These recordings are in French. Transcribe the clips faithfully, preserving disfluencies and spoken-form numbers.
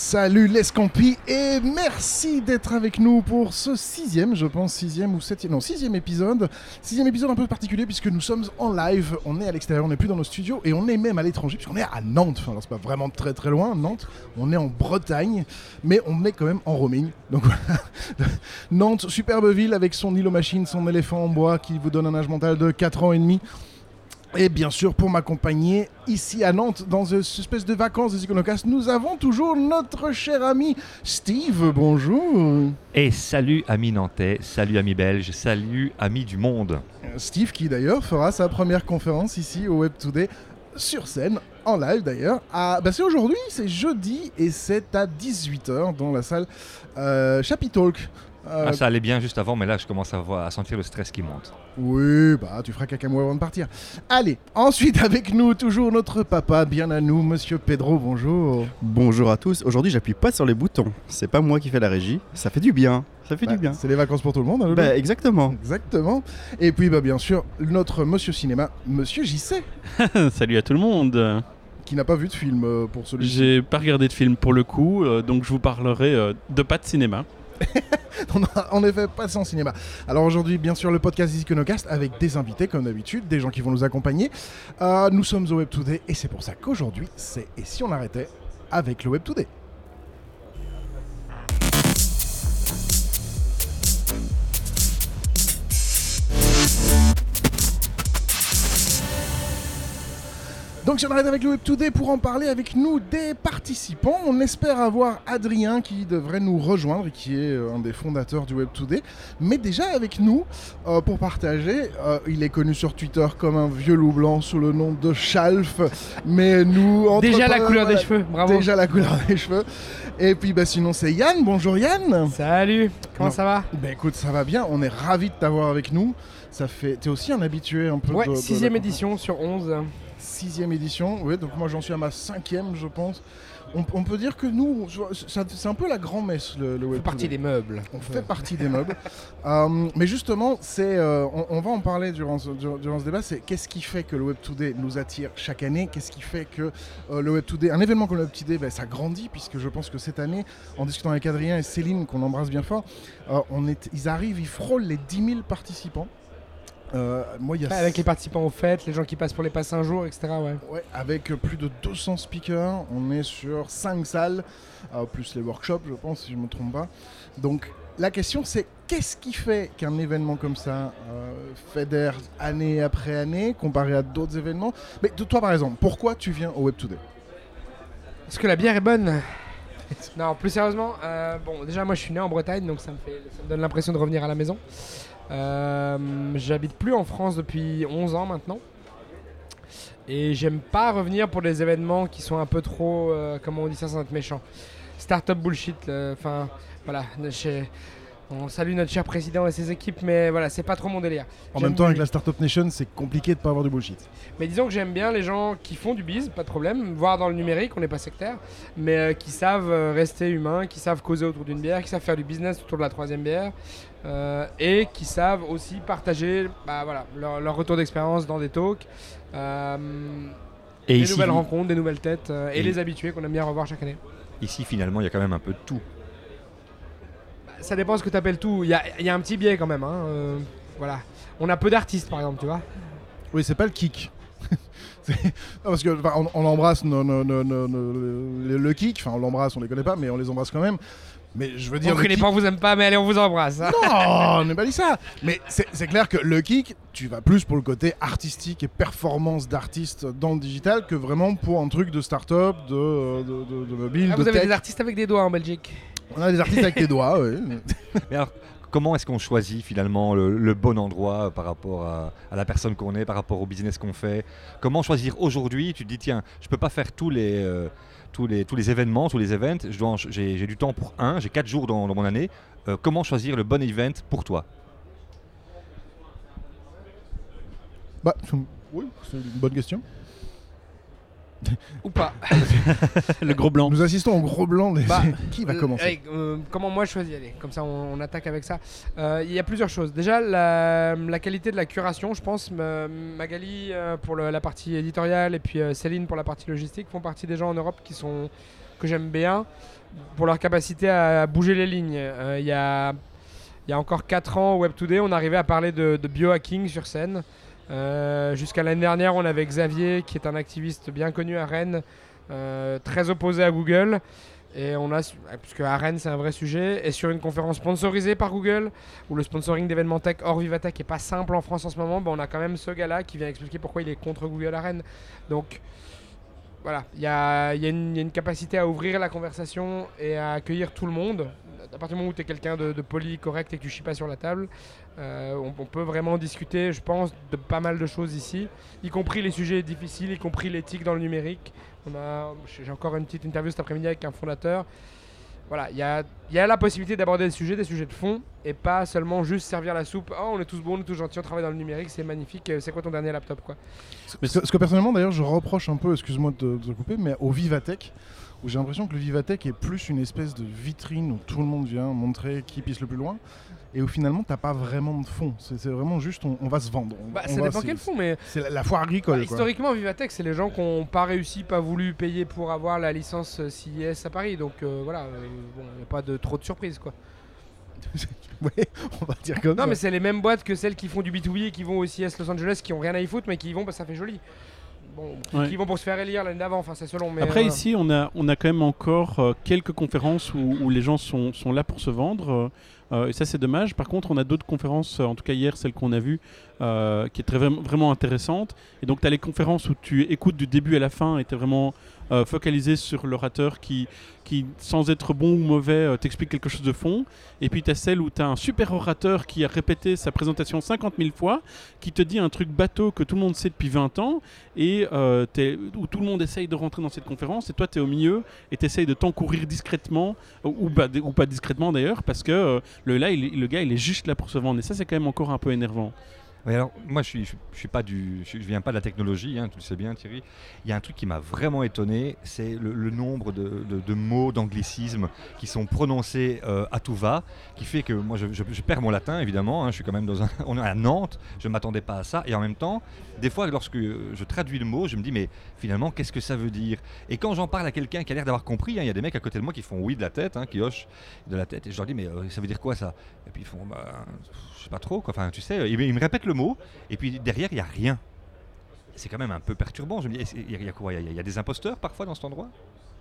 Salut les Scampis et merci d'être avec nous pour ce sixième, je pense, sixième ou septième, non, sixième épisode. Sixième épisode un peu particulier puisque nous sommes en live, on est à l'extérieur, on n'est plus dans nos studios et on est même à l'étranger puisqu'on est à Nantes. Enfin, alors, c'est pas vraiment très très loin, Nantes, on est en Bretagne, mais on est quand même en roaming. Donc voilà, Nantes, superbe ville avec son îlot machine, son éléphant en bois qui vous donne un âge mental de quatre ans et demi. Et bien sûr, pour m'accompagner ici à Nantes, dans cette espèce de vacances des Iconoclasts, nous avons toujours notre cher ami Steve. Bonjour. Et salut amis nantais, salut amis belges, salut amis du monde. Steve qui d'ailleurs fera sa première conférence ici au Web Today sur scène, en live d'ailleurs. À... Bah, c'est aujourd'hui, c'est jeudi et c'est à dix-huit heures dans la salle euh, Chappy Talk. Euh... Ah, ça allait bien juste avant, mais là je commence à, voir, à sentir le stress qui monte. Oui, bah tu feras caca mou avant de partir. Allez, ensuite avec nous, toujours notre papa, bien à nous, Monsieur Pedro, bonjour. Bonjour à tous, aujourd'hui j'appuie pas sur les boutons, c'est pas moi qui fais la régie, ça fait du bien, ça fait bah, du bien. C'est les vacances pour tout le monde, hein, bah, exactement. Exactement. Et puis bah, bien sûr, notre Monsieur Cinéma, Monsieur J C. Salut à tout le monde. Qui n'a pas vu de film euh, pour celui-ci. J'ai pas regardé de film pour le coup, euh, donc je vous parlerai euh, de pas de cinéma. On a en effet pas sans cinéma. Alors aujourd'hui, bien sûr, le podcast des Iconoclasts avec des invités comme d'habitude, des gens qui vont nous accompagner. Euh, nous sommes au Web Today et c'est pour ça qu'aujourd'hui, c'est Et si on arrêtait avec le Web Today. Donc si on arrête avec le Web Today pour en parler avec nous des participants, on espère avoir Adrien qui devrait nous rejoindre et qui est un des fondateurs du Web Today, mais déjà avec nous euh, pour partager. Euh, il est connu sur Twitter comme un vieux loup blanc sous le nom de Chalf, mais nous... Entre déjà la couleur voilà, des cheveux, bravo. Déjà la couleur des cheveux. Et puis bah, sinon c'est Yann, bonjour Yann. Salut, comment non. ça va? Bah écoute, ça va bien, on est ravis de t'avoir avec nous. Ça fait... T'es aussi un habitué un peu ouais, de... Ouais, sixième de... édition sur onze. Sixième édition, oui, donc moi j'en suis à ma cinquième, je pense. On, on peut dire que nous, ça, c'est un peu la grand-messe, le, le Web Today. On fait partie des meubles. On fait partie des meubles. Euh, mais justement, c'est, euh, on, on va en parler durant ce, durant ce débat, c'est qu'est-ce qui fait que le Web Today nous attire chaque année? Qu'est-ce qui fait que euh, le Web Today, un événement comme le Web Today, ben, ça grandit, puisque je pense que cette année, en discutant avec Adrien et Céline, qu'on embrasse bien fort, euh, on est, ils arrivent, ils frôlent les dix mille participants. Euh, moi, y a... Avec les participants aux fêtes, les gens qui passent pour les passes un jour, et cetera. Ouais. Ouais, avec plus de deux cents speakers, on est sur cinq salles, euh, plus les workshops, je pense, si je ne me trompe pas. Donc, la question, c'est qu'est-ce qui fait qu'un événement comme ça euh, fédère année après année, comparé à d'autres événements? Mais de toi, par exemple, pourquoi tu viens au Web Today? Parce que la bière est bonne. Non, plus sérieusement, euh, bon, déjà, moi, je suis né en Bretagne, donc ça me, fait, ça me donne l'impression de revenir à la maison. Euh, j'habite plus en France depuis onze ans maintenant et j'aime pas revenir pour des événements qui sont un peu trop euh, comment on dit ça sans être méchant, start-up bullshit, enfin voilà, chez... on salue notre cher président et ses équipes, mais voilà, c'est pas trop mon délire. En j'aime même temps, avec la Startup Nation, c'est compliqué de pas avoir du bullshit. Mais disons que j'aime bien les gens qui font du biz, pas de problème, voire dans le numérique, on n'est pas sectaire, mais euh, qui savent euh, rester humains, qui savent causer autour d'une bière, qui savent faire du business autour de la troisième bière, euh, et qui savent aussi partager bah, voilà, leur, leur retour d'expérience dans des talks, euh, et des ici, nouvelles rencontres, des nouvelles têtes, euh, et, et les habitués qu'on aime bien revoir chaque année. Ici, finalement, il y a quand même un peu de tout. Ça dépend ce que tu appelles tout. Il y a, y a un petit biais quand même. Hein. Euh, voilà. On a peu d'artistes, par exemple, tu vois. Oui, c'est pas le kick. non, parce que on, on embrasse nos, nos, nos, nos, nos, le, le kick. Enfin, on l'embrasse, on les connaît pas, mais on les embrasse quand même. Mais je veux dire. On ne connaît kick... pas, on vous aime pas, mais allez, on vous embrasse. Hein. Non, on n'a pas dit ça. Mais c'est, c'est clair que le kick, tu vas plus pour le côté artistique et performance d'artiste dans le digital que vraiment pour un truc de start-up, de, de, de, de mobile. Ah, de vous avez tech. des artistes avec des doigts en Belgique. On a des artistes avec les doigts, oui. Mais alors, comment est-ce qu'on choisit finalement le, le bon endroit par rapport à, à la personne qu'on est, par rapport au business qu'on fait? Comment choisir aujourd'hui? Tu te dis, tiens, je peux pas faire tous les, euh, tous les, tous les événements, tous les events. Je dois, j'ai, j'ai du temps pour un, j'ai quatre jours dans, dans mon année. Euh, comment choisir le bon event pour toi? Bah, oui, c'est une bonne question. Ou pas. Le gros blanc. Nous assistons au gros blanc. Des... Bah, Qui va euh, commencer allez, euh, Comment moi je choisis? Allez, comme ça on, on attaque avec ça. Il euh, y a plusieurs choses. Déjà, la, la qualité de la curation, je pense. Ma, Magali euh, pour le, la partie éditoriale et puis euh, Céline pour la partie logistique font partie des gens en Europe qui sont que j'aime bien pour leur capacité à bouger les lignes. Euh, Il y a Il y a encore quatre ans, au Web Today, on arrivait à parler de, de biohacking sur scène. Euh, jusqu'à l'année dernière, on avait Xavier, qui est un activiste bien connu à Rennes, euh, très opposé à Google. Et on a, puisque à Rennes, c'est un vrai sujet. Et sur une conférence sponsorisée par Google, où le sponsoring d'événements tech hors Vivatech n'est pas simple en France en ce moment, ben on a quand même ce gars-là qui vient expliquer pourquoi il est contre Google à Rennes. Donc voilà, il y a, y a une, y a une capacité à ouvrir la conversation et à accueillir tout le monde. À partir du moment où tu es quelqu'un de, de poli, correct et que tu chies pas sur la table, euh, on, on peut vraiment discuter, je pense, de pas mal de choses ici, y compris les sujets difficiles, y compris l'éthique dans le numérique. On a, j'ai encore une petite interview cet après-midi avec un fondateur. Voilà, il y a, y a la possibilité d'aborder des sujets, des sujets de fond, et pas seulement juste servir la soupe. Oh, on est tous bons, on est tous gentils, on travaille dans le numérique, c'est magnifique. C'est quoi ton dernier laptop, quoi? Mais ce, que, ce que personnellement, d'ailleurs, je reproche un peu, excuse-moi de te couper, mais au Vivatech, où j'ai l'impression que le Vivatech est plus une espèce de vitrine où tout le monde vient montrer qui pisse le plus loin, et où finalement t'as pas vraiment de fond. C'est, c'est vraiment juste on, on va se vendre. On, bah, on ça va, dépend quel fond, mais c'est la, la foire agricole. Bah, quoi. Historiquement, Vivatech, c'est les gens qui n'ont pas réussi, pas voulu payer pour avoir la licence C I S à Paris. Donc euh, voilà, euh, bon, il n'y a pas de trop de surprises, quoi. Ouais, on va dire comme non, ça. mais c'est les mêmes boîtes que celles qui font du B deux B et qui vont au C I S Los Angeles, qui ont rien à y foutre, mais qui y vont parce que ça fait joli. Bon, Ouais. qui vont pour se faire élire l'année d'avant, enfin c'est selon. Mais Après euh, ici, on a, on a quand même encore euh, quelques conférences où, où les gens sont, sont là pour se vendre. Euh, et ça, c'est dommage. Par contre, on a d'autres conférences, euh, en tout cas hier, celle qu'on a vue, euh, qui est très, vraiment, vraiment intéressante. Et donc, tu as les conférences où tu écoutes du début à la fin et tu es vraiment euh, focalisé sur l'orateur qui, qui, sans être bon ou mauvais, euh, t'explique quelque chose de fond. Et puis, tu as celle où tu as un super orateur qui a répété sa présentation cinquante mille fois, qui te dit un truc bateau que tout le monde sait depuis vingt ans, et euh, t'es- où tout le monde essaye de rentrer dans cette conférence, et toi, tu es au milieu, et tu essayes de t'encourir discrètement, ou, ou, bah, ou pas discrètement d'ailleurs, parce que euh, le, là, il- le gars, il est juste là pour se vendre. Et ça, c'est quand même encore un peu énervant. Oui, alors moi je suis, je, je suis pas du, je, je viens pas de la technologie, hein, tu le sais bien Thierry. Il y a un truc qui m'a vraiment étonné, c'est le, le nombre de, de, de mots, d'anglicismes qui sont prononcés euh, à tout va, qui fait que moi je, je, je perds mon latin évidemment. Hein, je suis quand même dans un, on est à Nantes, je m'attendais pas à ça, et en même temps, des fois lorsque je traduis le mot, je me dis mais finalement qu'est-ce que ça veut dire? Et quand j'en parle à quelqu'un qui a l'air d'avoir compris, hein, il y a des mecs à côté de moi qui font oui de la tête, hein, qui hochent de la tête, et je leur dis mais euh, ça veut dire quoi ça? Et puis ils font bah je sais pas trop quoi. Enfin tu sais, ils, ils me répètent le mot, et puis derrière il y a rien. C'est quand même un peu perturbant. Je me dis, il y a- il y a quoi? Il y a- il y a des imposteurs parfois dans cet endroit?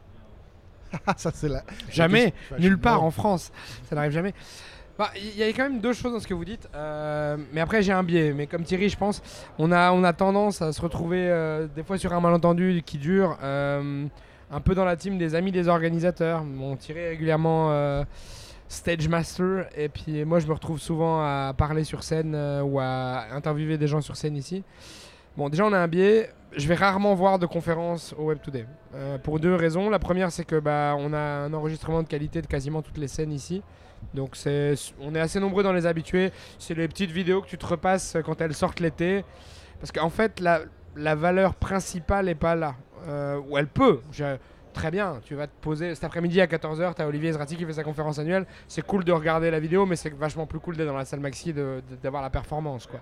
Ah, ça c'est la. Jamais, Je suis- nulle part non. en France, ça n'arrive jamais. Bah, il y a quand même deux choses dans ce que vous dites, euh, mais après j'ai un biais. Mais comme Thierry, je pense, on a, on a tendance à se retrouver euh, des fois sur un malentendu qui dure, euh, un peu dans la team des amis des organisateurs. Bon, Thierry est régulièrement euh, stage master, et puis moi je me retrouve souvent à parler sur scène euh, ou à interviewer des gens sur scène ici. Bon, déjà on a un biais. Je vais rarement voir de conférences au Web Today. Euh, pour deux raisons. La première, c'est que bah, on a un enregistrement de qualité de quasiment toutes les scènes ici. Donc c'est, on est assez nombreux dans les habitués. C'est les petites vidéos que tu te repasses quand elles sortent l'été. Parce qu'en fait, la, la valeur principale n'est pas là. Euh, ou elle peut. Je- très bien, tu vas te poser cet après-midi à quatorze heures, tu as Olivier Ezrati qui fait sa conférence annuelle. C'est cool de regarder la vidéo, mais c'est vachement plus cool d'être dans la salle maxi, de, de- d'avoir la performance, quoi.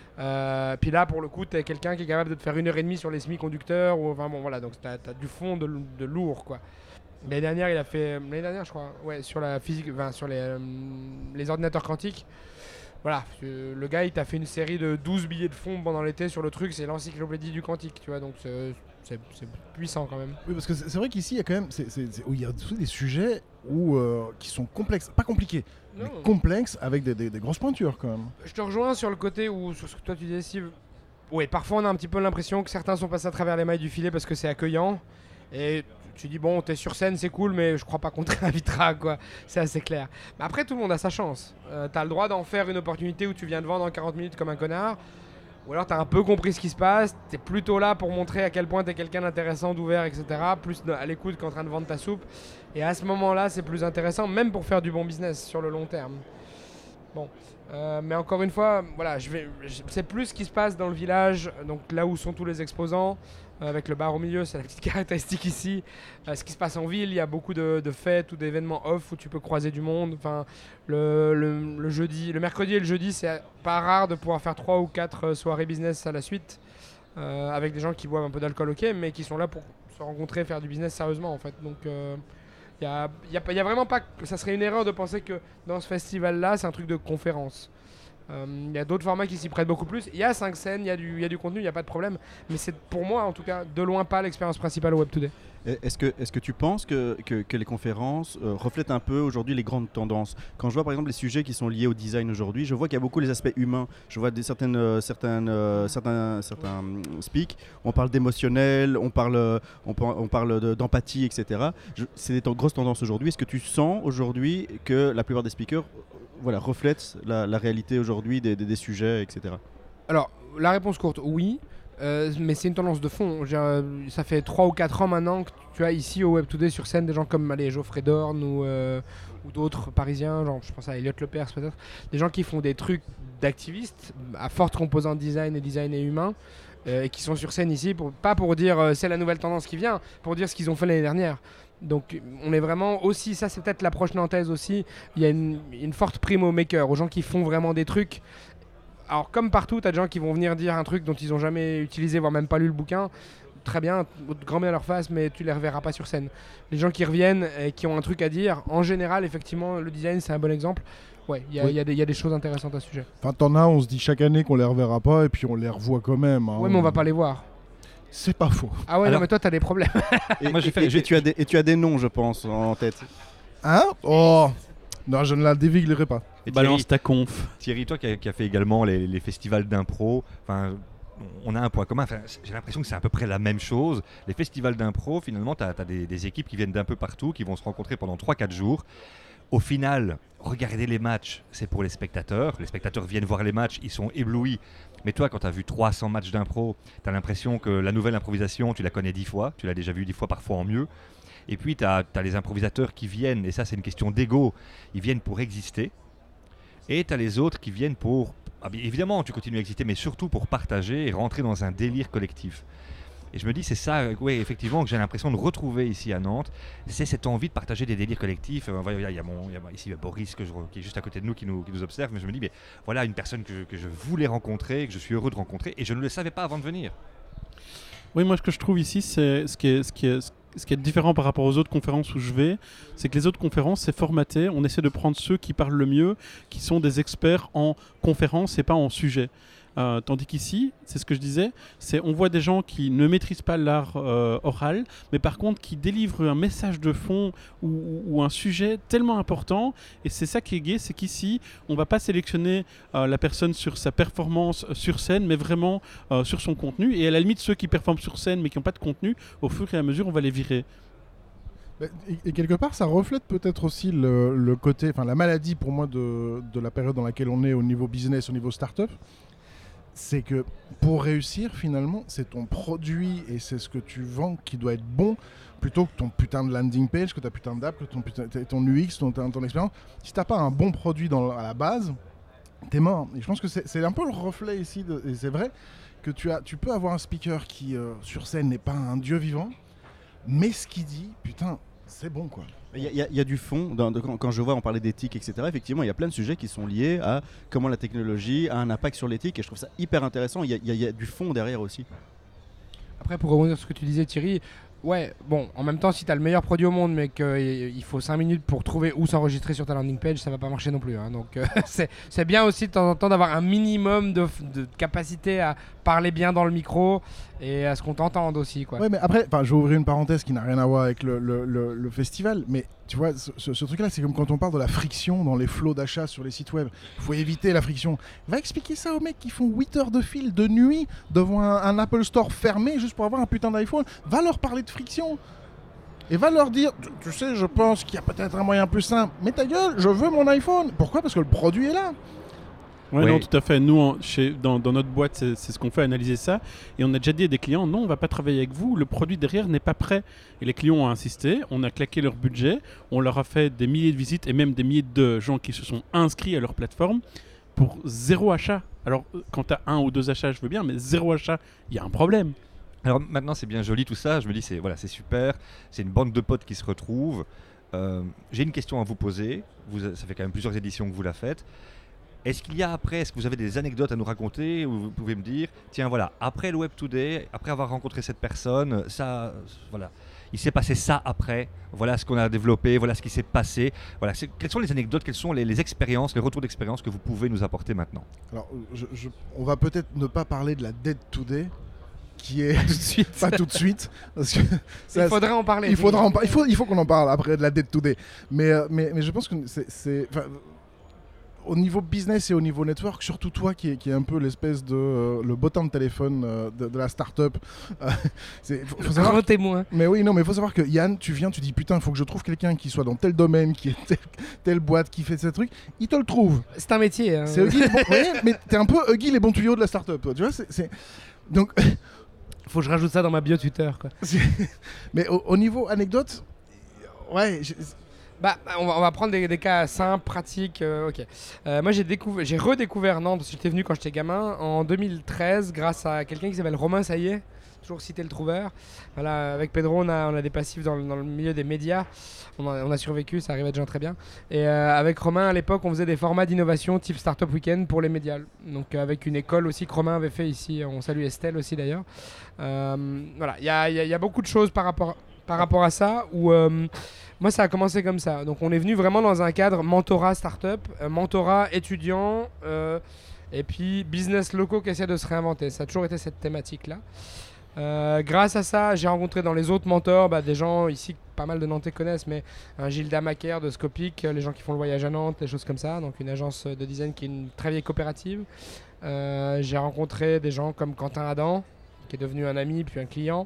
Euh, puis là, pour le coup, tu es quelqu'un qui est capable de te faire une heure et demie sur les semi-conducteurs. Ou, enfin bon, voilà, donc tu as du fond de, de lourd, quoi. L'année dernière, il a fait. L'année dernière, je crois, ouais, sur la physique, enfin, sur les, euh, les ordinateurs quantiques. Voilà, euh, le gars, il t'a fait une série de douze billets de fond pendant l'été sur le truc. C'est l'encyclopédie du quantique, tu vois, donc c'est, c'est, c'est puissant quand même. Oui, parce que c'est c'est vrai qu'ici, il y a quand même. c'est- c'est- c'est- où il y a tous des sujets où, euh, qui sont complexes, pas compliqués, mais Non. complexes avec des, des- des grosses pointures quand même. Je te rejoins sur le côté où, sur ce que toi tu disais, Steve. Oui, parfois on a un petit peu l'impression que certains sont passés à travers les mailles du filet parce que c'est accueillant. Et tu dis, bon, t'es sur scène, c'est cool, mais je crois pas qu'on te réinvitera, quoi. C'est assez clair. Mais après, tout le monde a sa chance. Euh, t'as le droit d'en faire une opportunité où tu viens de vendre en quarante minutes comme un connard. Ou alors t'as un peu compris ce qui se passe, t'es plutôt là pour montrer à quel point t'es quelqu'un d'intéressant, d'ouvert, et cetera. Plus de- à l'écoute qu'en train de vendre ta soupe. Et à ce moment-là, c'est plus intéressant, même pour faire du bon business sur le long terme. Bon. Euh, mais encore une fois, voilà, je vais, je- c'est plus ce qui se passe dans le village, donc là où sont tous les exposants, euh, avec le bar au milieu, c'est la petite caractéristique ici. Euh, ce qui se passe en ville, il y a beaucoup de, de fêtes ou d'événements off où tu peux croiser du monde. Enfin, le, le- le jeudi, le mercredi et le jeudi, c'est pas rare de pouvoir faire trois ou quatre euh, soirées business à la suite. euh, avec des gens qui boivent un peu d'alcool, ok, mais qui sont là pour se rencontrer, faire du business sérieusement en fait. Donc il euh, y, a, y, a, y a vraiment pas, ça serait une erreur de penser que dans ce festival-là, c'est un truc de conférence. Il euh, y a d'autres formats qui s'y prêtent beaucoup plus. Il y a cinq scènes, il y, y a du contenu, il n'y a pas de problème. Mais c'est pour moi, en tout cas, de loin pas l'expérience principale au Web deux D. Est-ce que, est-ce que tu penses que, que, que les conférences euh, reflètent un peu aujourd'hui les grandes tendances? Quand je vois par exemple les sujets qui sont liés au design aujourd'hui, je vois qu'il y a beaucoup les aspects humains. Je vois des, certaines, euh, certaines, euh, certains, certains speaks, on parle d'émotionnel, on parle, on, on parle de, d'empathie, et cetera. Je, c'est des t- grosses tendances aujourd'hui. Est-ce que tu sens aujourd'hui que la plupart des speakers voilà, reflètent la, la réalité aujourd'hui des, des, des sujets, et cetera? Alors, la réponse courte, oui. Euh, mais c'est une tendance de fond. Euh, ça fait trois ou quatre ans maintenant que tu as ici au Web deux D sur scène des gens comme allez, Geoffrey Dorn ou, euh, ou d'autres parisiens, genre je pense à Elliot Lepers peut-être, des gens qui font des trucs d'activistes à forte composante design et design et humain euh, et qui sont sur scène ici, pour, pas pour dire euh, c'est la nouvelle tendance qui vient, pour dire ce qu'ils ont fait l'année dernière. Donc on est vraiment aussi, ça c'est peut-être l'approche nantaise aussi, il y a une, une forte prime aux makers, aux gens qui font vraiment des trucs. Alors comme partout, tu as des gens qui vont venir dire un truc dont ils n'ont jamais utilisé, voire même pas lu le bouquin. Très bien, grand bien à leur face, mais tu les reverras pas sur scène. Les gens qui reviennent et qui ont un truc à dire, en général, effectivement, le design c'est un bon exemple. Ouais, il y, oui. y, y a des choses intéressantes à ce sujet. Enfin, t'en as, on se dit chaque année qu'on les reverra pas et puis on les revoit quand même. Hein. Ouais, mais on va pas les voir. C'est pas faux. Ah ouais, Alors... non, mais toi t'as des problèmes. et, Moi, j'ai fait, et, j'ai... et, tu as des, et tu as des noms, je pense, en tête. Hein? Oh non, je ne la déviglerai pas. Et balance ta conf. Thierry, toi qui as qui fait également les, les festivals d'impro, enfin, on a un point commun. Enfin, j'ai l'impression que c'est à peu près la même chose. Les festivals d'impro, finalement, tu as des, des équipes qui viennent d'un peu partout, qui vont se rencontrer pendant trois quatre jours. Au final, regarder les matchs, c'est pour les spectateurs. Les spectateurs viennent voir les matchs, ils sont éblouis. Mais toi, quand tu as vu trois cents matchs d'impro, tu as l'impression que la nouvelle improvisation, tu la connais dix fois. Tu l'as déjà vue dix fois, parfois en mieux. Et puis, tu as les improvisateurs qui viennent, et ça, c'est une question d'ego. Ils viennent pour exister. Et tu as les autres qui viennent pour... Ah, évidemment, tu continues à exister, mais surtout pour partager et rentrer dans un délire collectif. Et je me dis, c'est ça, oui, effectivement, que j'ai l'impression de retrouver ici à Nantes. C'est cette envie de partager des délires collectifs. Il y a, mon, il y a ici il y a Boris que je, qui est juste à côté de nous, qui nous, qui nous observe. Mais je me dis, mais voilà une personne que je, que je voulais rencontrer, que je suis heureux de rencontrer. Et je ne le savais pas avant de venir. Oui, moi, ce que je trouve ici, c'est ce qui est... Ce qui est, ce Ce qui est différent par rapport aux autres conférences où je vais, c'est que les autres conférences, c'est formaté. On essaie de prendre ceux qui parlent le mieux, qui sont des experts en conférences et pas en sujet. Euh, tandis qu'ici, c'est ce que je disais, c'est on voit des gens qui ne maîtrisent pas l'art euh, oral, mais par contre qui délivrent un message de fond ou, ou, ou un sujet tellement important. Et c'est ça qui est gai, c'est qu'ici, on ne va pas sélectionner euh, la personne sur sa performance sur scène, mais vraiment euh, sur son contenu. Et à la limite, ceux qui performent sur scène mais qui n'ont pas de contenu, au fur et à mesure, on va les virer. Et, et quelque part, ça reflète peut-être aussi le, le côté, enfin la maladie pour moi de, de la période dans laquelle on est au niveau business, au niveau start-up. C'est que pour réussir, finalement, c'est ton produit et c'est ce que tu vends qui doit être bon plutôt que ton putain de landing page, que ta putain d'app, que ton, putain, ton U X, ton, ton expérience. Si t'as pas un bon produit dans, à la base, t'es mort. Et je pense que c'est, c'est un peu le reflet ici, de, et c'est vrai que tu, as, tu peux avoir un speaker qui, euh, sur scène, n'est pas un dieu vivant, mais ce qu'il dit, putain, c'est bon quoi. Il y, y, y a du fond, dans, de, quand, quand je vois on parlait d'éthique, et cetera. Effectivement, il y a plein de sujets qui sont liés à comment la technologie a un impact sur l'éthique et je trouve ça hyper intéressant. Il y, y, y a du fond derrière aussi. Après, pour rebondir sur ce que tu disais, Thierry, ouais, bon, en même temps, si tu as le meilleur produit au monde, mais qu'il faut cinq minutes pour trouver où s'enregistrer sur ta landing page, ça va pas marcher non plus. Hein. Donc, euh, c'est, c'est bien aussi de temps en temps d'avoir un minimum de, de capacité à parler bien dans le micro et à ce qu'on t'entende aussi. Quoi. Ouais, mais après, je vais ouvrir une parenthèse qui n'a rien à voir avec le, le, le, le festival, mais tu vois, ce, ce, ce truc-là, c'est comme quand on parle de la friction dans les flots d'achat sur les sites web. Il faut éviter la friction. Va expliquer ça aux mecs qui font huit heures de fil de nuit devant un, un Apple Store fermé juste pour avoir un putain d'iPhone. Va leur parler de friction. Et va leur dire, tu, tu sais, je pense qu'il y a peut-être un moyen plus simple. Mais ta gueule, je veux mon iPhone. Pourquoi ? Parce que le produit est là. Ouais, oui. Non, tout à fait. Nous, en, chez, dans, dans notre boîte, c'est, c'est ce qu'on fait, analyser ça. Et on a déjà dit à des clients, non, on ne va pas travailler avec vous. Le produit derrière n'est pas prêt. Et les clients ont insisté. On a claqué leur budget. On leur a fait des milliers de visites et même des milliers de gens qui se sont inscrits à leur plateforme pour zéro achat. Alors, quand tu as un ou deux achats, je veux bien, mais zéro achat, il y a un problème. Alors maintenant, c'est bien joli tout ça. Je me dis, c'est, voilà, c'est super. C'est une bande de potes qui se retrouvent. Euh, j'ai une question à vous poser. Vous, ça fait quand même plusieurs éditions que vous la faites. Est-ce qu'il y a après, est-ce que vous avez des anecdotes à nous raconter où vous pouvez me dire, tiens voilà, après le Web Today, après avoir rencontré cette personne, ça, voilà, il s'est passé ça après, voilà ce qu'on a développé, voilà ce qui s'est passé, voilà, c'est, quelles sont les anecdotes, quelles sont les, les expériences, les retours d'expérience que vous pouvez nous apporter maintenant? Alors, je, je, on va peut-être ne pas parler de la Dead Today, qui est Tout de suite. pas tout de suite, parce que ça, Il faudrait en parler. il faudra en par- il faut il faut qu'on en parle après de la Dead Today, mais euh, mais mais je pense que c'est, c'est enfin, au niveau business et au niveau network, surtout toi qui est, qui est un peu l'espèce de euh, le bottin de téléphone euh, de, de la start-up. Euh, c'est, faut, faut savoir, Grand témoin. mais oui, non, mais il faut savoir que Yann, tu viens, tu dis putain, il faut que je trouve quelqu'un qui soit dans tel domaine, qui est tel- telle boîte, qui fait ce truc. Il te le trouve. C'est un métier. hein. C'est Huggy les bons- ouais, mais t'es un peu Huggy les bons tuyaux de la start-up, toi, tu vois. C'est, c'est... Donc, Faut que je rajoute ça dans ma bio Twitter, quoi. c'est- mais au, au niveau anecdote, ouais, j'ai- Bah, on va, on va prendre des, des cas simples, pratiques. euh, ok. Euh, moi, j'ai découvert, j'ai redécouvert Nantes parce que j'étais venu quand j'étais gamin en deux mille treize grâce à quelqu'un qui s'appelle Romain Saillet. Toujours cité le trouveur. Voilà, avec Pedro, on a, on a des passifs dans le, dans le milieu des médias. On a, on a survécu, ça arrivait déjà très bien. Et euh, avec Romain, à l'époque, on faisait des formats d'innovation type Startup Weekend pour les médias. Donc, euh, avec une école aussi que Romain avait fait ici. On salue Estelle aussi d'ailleurs. Euh, voilà, il y a, y a- y a beaucoup de choses par rapport, par rapport à ça où. euh, Moi, ça a commencé comme ça. Donc, on est venu vraiment dans un cadre mentorat startup, euh, mentorat étudiant, euh, et puis business locaux qui essaient de se réinventer. Ça a toujours été cette thématique-là. Euh, grâce à ça, j'ai rencontré dans les autres mentors bah, des gens ici que pas mal de Nantais connaissent, mais un Gilda Macaire de Scopic, euh, les gens qui font le voyage à Nantes, des choses comme ça. Donc, une agence de design qui est une très vieille coopérative. Euh, j'ai rencontré des gens comme Quentin Adam, qui est devenu un ami puis un client.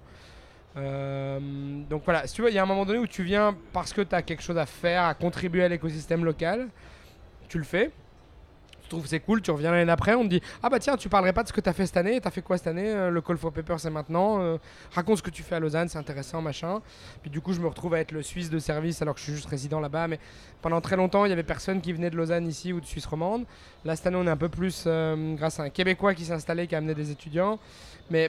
Euh, donc voilà, si tu veux, il y a un moment donné où tu viens parce que tu as quelque chose à faire, à contribuer à l'écosystème local, tu le fais, tu trouves que c'est cool, tu reviens l'année d'après, on te dit ah bah tiens, tu parlerais pas de ce que tu as fait cette année, tu as fait quoi cette année, Euh, le Call for Paper c'est maintenant, euh, raconte ce que tu fais à Lausanne, c'est intéressant, machin. Puis du coup, je me retrouve à être le Suisse de service alors que je suis juste résident là-bas, mais pendant très longtemps, il y avait personne qui venait de Lausanne ici ou de Suisse romande. Là, cette année, on est un peu plus euh, grâce à un Québécois qui s'est installé, qui a amené des étudiants, mais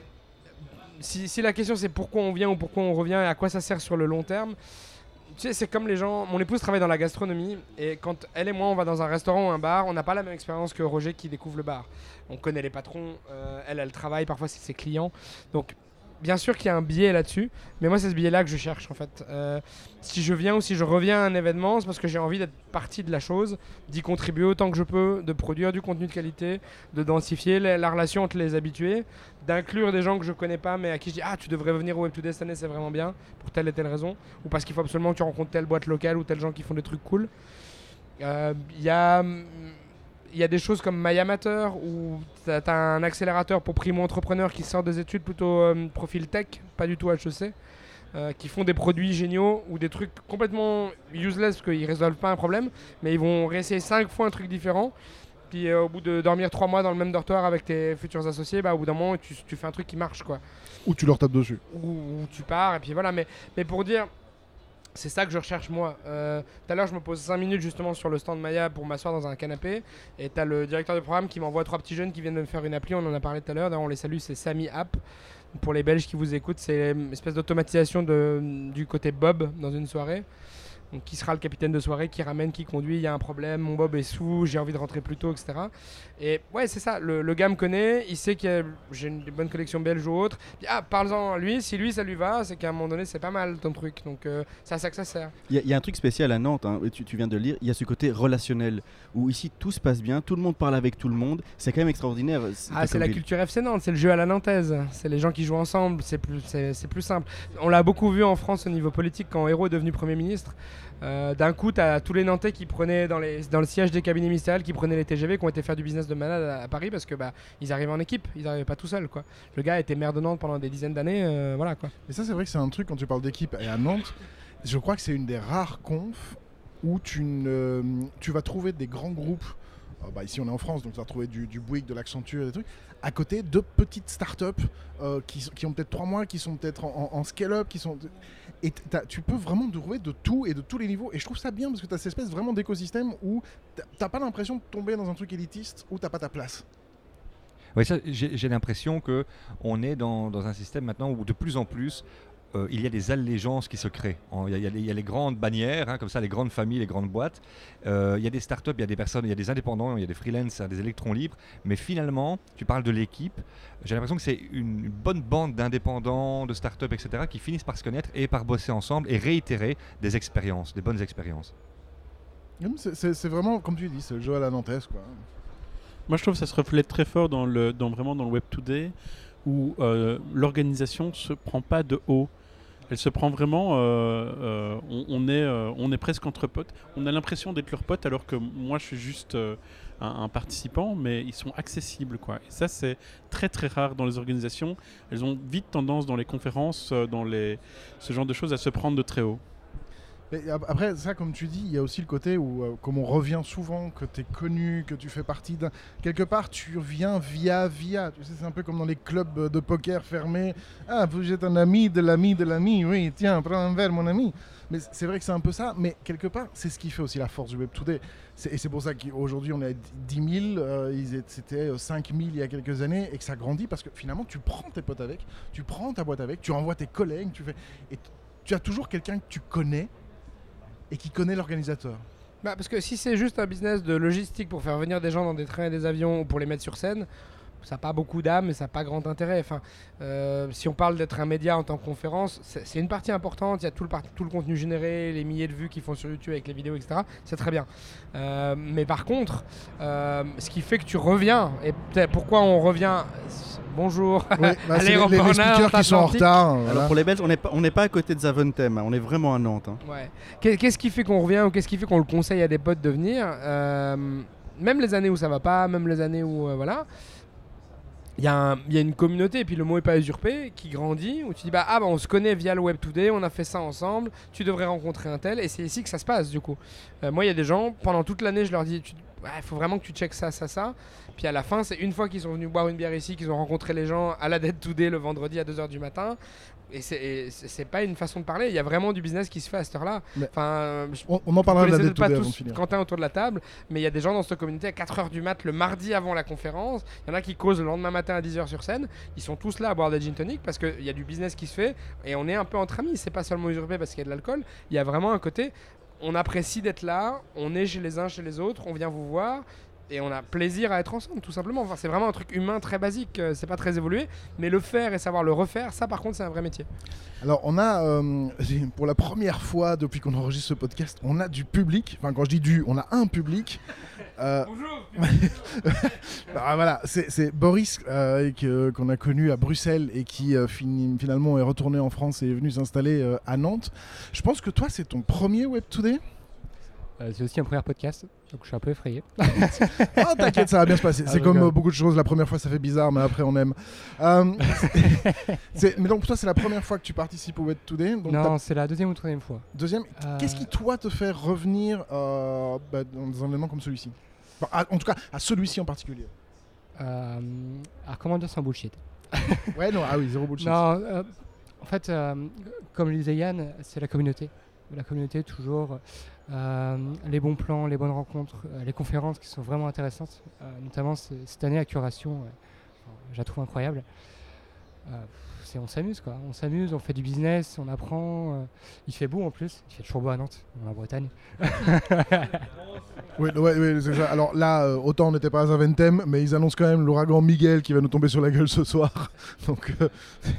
si, si la question c'est pourquoi on vient ou pourquoi on revient et à quoi ça sert sur le long terme, tu sais, c'est comme les gens. Mon épouse travaille dans la gastronomie et quand elle et moi on va dans un restaurant ou un bar, on n'a pas la même expérience que Roger qui découvre le bar. On connaît les patrons, euh, elle, elle travaille, parfois c'est ses clients. Donc, bien sûr qu'il y a un biais là-dessus, mais moi c'est ce biais-là que je cherche en fait. Euh, si je viens ou si je reviens à un événement, c'est parce que j'ai envie d'être partie de la chose, d'y contribuer autant que je peux, de produire du contenu de qualité, de densifier la, la relation entre les habitués, d'inclure des gens que je connais pas mais à qui je dis ah tu devrais venir au Web Today cette année, c'est vraiment bien pour telle et telle raison, ou parce qu'il faut absolument que tu rencontres telle boîte locale ou tels gens qui font des trucs cool. Il euh, y a il y a des choses comme MyAmateur où tu as un accélérateur pour primo-entrepreneurs qui sortent des études plutôt euh, profil tech, pas du tout H E C, euh, qui font des produits géniaux ou des trucs complètement useless parce qu'ils résolvent pas un problème, mais ils vont réessayer cinq fois un truc différent. Puis euh, au bout de dormir trois mois dans le même dortoir avec tes futurs associés, bah, au bout d'un moment, tu, tu fais un truc qui marche, quoi. ou tu leur tapes dessus. Ou, ou tu pars, et puis voilà. Mais, mais pour dire, c'est ça que je recherche moi. Euh, Tout à l'heure, je me pose cinq minutes justement sur le stand Maya pour m'asseoir dans un canapé. Et tu as le directeur de programme qui m'envoie trois petits jeunes qui viennent de me faire une appli. On en a parlé tout à l'heure. D'ailleurs, on les salue, c'est Samy App. Pour les Belges qui vous écoutent, c'est une espèce d'automatisation de, du côté Bob dans une soirée. Donc, qui sera le capitaine de soirée, qui ramène, qui conduit, il y a un problème, mon Bob est sous, j'ai envie de rentrer plus tôt, et cetera. Et ouais, c'est ça, le, le gars me connaît, il sait que j'ai une bonne collection belge ou autre. Puis, ah, parle-en à lui, si lui ça lui va, c'est qu'à un moment donné, c'est pas mal ton truc. Donc, euh, c'est à ça que ça sert. Il y, y a un truc spécial à Nantes, hein, et tu, tu viens de le lire, il y a ce côté relationnel, où ici tout se passe bien, tout le monde parle avec tout le monde, c'est quand même extraordinaire. Ah, c'est comme la ville. culture F C Nantes, c'est le jeu à la nantaise, c'est les gens qui jouent ensemble, c'est plus, c'est, c'est plus simple. On l'a beaucoup vu en France au niveau politique quand Hérault est devenu Premier ministre. Euh, d'un coup, tu as tous les Nantais qui prenaient dans, les, dans le siège des cabinets ministériels, qui prenaient les T G V, qui ont été faire du business de malade à, à Paris parce que bah, ils arrivaient en équipe, ils n'arrivaient pas tout seuls, quoi. Le gars était maire de Nantes pendant des dizaines d'années, euh, voilà quoi. Et ça, c'est vrai que c'est un truc quand tu parles d'équipe. Et à Nantes, je crois que c'est une des rares confs où tu, ne, tu vas trouver des grands groupes. Euh, bah ici, on est en France, donc tu vas retrouver du, du Bouygues, de l'Accenture, des trucs. À côté de petites startups euh, qui, qui ont peut-être trois mois, qui sont peut-être en, en, en scale-up, qui sont. Et tu peux vraiment trouver de tout et de tous les niveaux. Et je trouve ça bien parce que tu as cette espèce vraiment d'écosystème où t'as pas l'impression de tomber dans un truc élitiste où t'as pas ta place. Oui, ça, j'ai, j'ai l'impression qu'on est dans, dans un système maintenant où de plus en plus euh, il y a des allégeances qui se créent. En- Il y, a- il y a les- il y a les grandes bannières, hein, comme ça, les grandes familles, les grandes boîtes. Euh, il y a des startups, il y a des personnes, il y a des indépendants, il y a des freelances, hein, des électrons libres. Mais finalement, tu parles de l'équipe. J'ai l'impression que c'est une, une bonne bande d'indépendants, de startups, et cetera, qui finissent par se connaître et par bosser ensemble et réitérer des expériences, des bonnes expériences. C'est- C'est c'est vraiment, comme tu dis, c'est le jeu à la nantaise, quoi. Moi, je trouve que ça se reflète très fort dans le, dans, vraiment dans le Web Today, où euh, l'organisation se prend pas de haut. Elle se prend vraiment. Euh, euh, on, on, est, euh, on est presque entre potes. On a l'impression d'être leurs potes, alors que moi, je suis juste euh, un, un participant, mais ils sont accessibles, quoi. Et ça, c'est très très rare dans les organisations. Elles ont vite tendance dans les conférences, euh, dans les, ce genre de choses, à se prendre de très haut. Mais ap- après, ça, comme tu dis, il y a aussi le côté où, euh, comme on revient souvent, que tu es connu, que tu fais partie d'un. Quelque part, tu viens via, via. Tu sais, c'est un peu comme dans les clubs euh, de poker fermés. Ah, vous êtes un ami de l'ami de l'ami. Oui, tiens, prends un verre, mon ami. Mais c- c'est vrai que c'est un peu ça. Mais quelque part, c'est ce qui fait aussi la force du Web Today. C'est- Et c'est pour ça qu'aujourd'hui, on est à dix mille. euh, ils étaient- C'était euh, cinq mille il y a quelques années. Et que ça grandit parce que finalement, tu prends tes potes avec, tu prends ta boîte avec, tu envoies tes collègues. Tu fais... Et t- tu as toujours quelqu'un que tu connais et qui connaît l'organisateur. Bah, parce que si c'est juste un business de logistique pour faire venir des gens dans des trains et des avions ou pour les mettre sur scène, ça n'a pas beaucoup d'âme et ça n'a pas grand intérêt. Enfin, euh, si on parle d'être un média en tant que conférence, c'est c'est une partie importante. Il y a tout le, par- tout le contenu généré, les milliers de vues qu'ils font sur YouTube avec les vidéos, et cetera. C'est très bien. Euh, mais par contre, euh, ce qui fait que tu reviens, et peut-être pourquoi on revient... Bonjour. Oui, bah, À c'est les, les- l'aéroport les speakers qui sont en Atlantique. retard. Alors voilà. pour les Belges, on n'est pas, on n'est pas à côté de Zaventem, hein, on est vraiment à Nantes. hein. Ouais. Qu'est- Qu'est-ce qui fait qu'on revient ou qu'est-ce qui fait qu'on le conseille à des potes de venir Euh, Même les années où ça va pas, même les années où euh, voilà, il y, a un- il y a une communauté et puis le mot est pas usurpé qui grandit où tu dis bah ah bah on se connaît via le Web Today, on a fait ça ensemble, tu devrais rencontrer un tel et c'est ici que ça se passe du coup. Euh, moi il y a des gens pendant toute l'année je leur dis il ouais, faut vraiment que tu checkes ça ça ça. Puis à la fin c'est une fois qu'ils sont venus boire une bière ici qu'ils ont rencontré les gens à la Dead Today le vendredi à deux heures du matin. Et c'est- et c'est c'est pas une façon de parler, il y a vraiment du business qui se fait à cette heure-là. Mais Enfin, euh, je- On, on en parlera de la vous connaissez dette peut-être pas avant de tous finir. Quentin autour de la table, mais il y a des gens dans cette communauté à quatre heures du mat le mardi avant la conférence. Il y en a qui causent le lendemain matin à dix heures sur scène. Ils sont tous là à boire des gin tonic parce qu'il y a du business qui se fait et on est un peu entre amis. C'est pas seulement usurpé parce qu'il y a de l'alcool. Il y a vraiment un côté, on apprécie d'être là, on est chez les uns, chez les autres, on vient vous voir. Et on a plaisir à être ensemble, tout simplement. Enfin, c'est vraiment un truc humain très basique, euh, c'est pas très évolué. Mais le faire et savoir le refaire, ça par contre, c'est un vrai métier. Alors, on a, euh, pour la première fois depuis qu'on enregistre ce podcast, on a du public. Enfin, quand je dis du, on a un public. Euh, Bonjour. bah, voilà, c'est c'est Boris euh, que- qu'on a connu à Bruxelles et qui euh, fini- finalement est retourné en France et est venu s'installer euh, à Nantes. Je pense que toi, c'est ton premier Web Today. Euh, c'est aussi un premier podcast, donc je suis un peu effrayé. Ah, t'inquiète, ça va bien se passer. Ah, C'est je comme rigole. euh, beaucoup de choses. La première fois, ça fait bizarre, mais après, on aime. Euh, c'est- mais donc, toi, c'est la première fois que tu participes au Web Today. Donc, ta Non, c'est la deuxième ou troisième fois. deuxième. Euh, Qu'est-ce qui, toi, te fait revenir euh, bah, dans un élément comme celui-ci? Enfin, à- En tout cas, à celui-ci en particulier. euh, alors comment dire sans bullshit? Ouais, non, ah oui, zéro bullshit. Non, euh, en fait, euh, comme le disait Yann, c'est la communauté. La communauté, toujours. euh, les bons plans, les bonnes rencontres, euh, les conférences qui sont vraiment intéressantes. Euh, notamment c- cette année à Curation, euh, enfin, je la trouve incroyable. Euh, c'est, on s'amuse, quoi. On s'amuse, on fait du business, on apprend. euh, il fait beau en plus. Il fait toujours beau à Nantes, en Bretagne. Oui, ouais, ouais, c'est ça. Alors là, euh, autant on n'était pas à Zaventem, mais ils annoncent quand même l'ouragan Miguel qui va nous tomber sur la gueule ce soir. Donc, euh,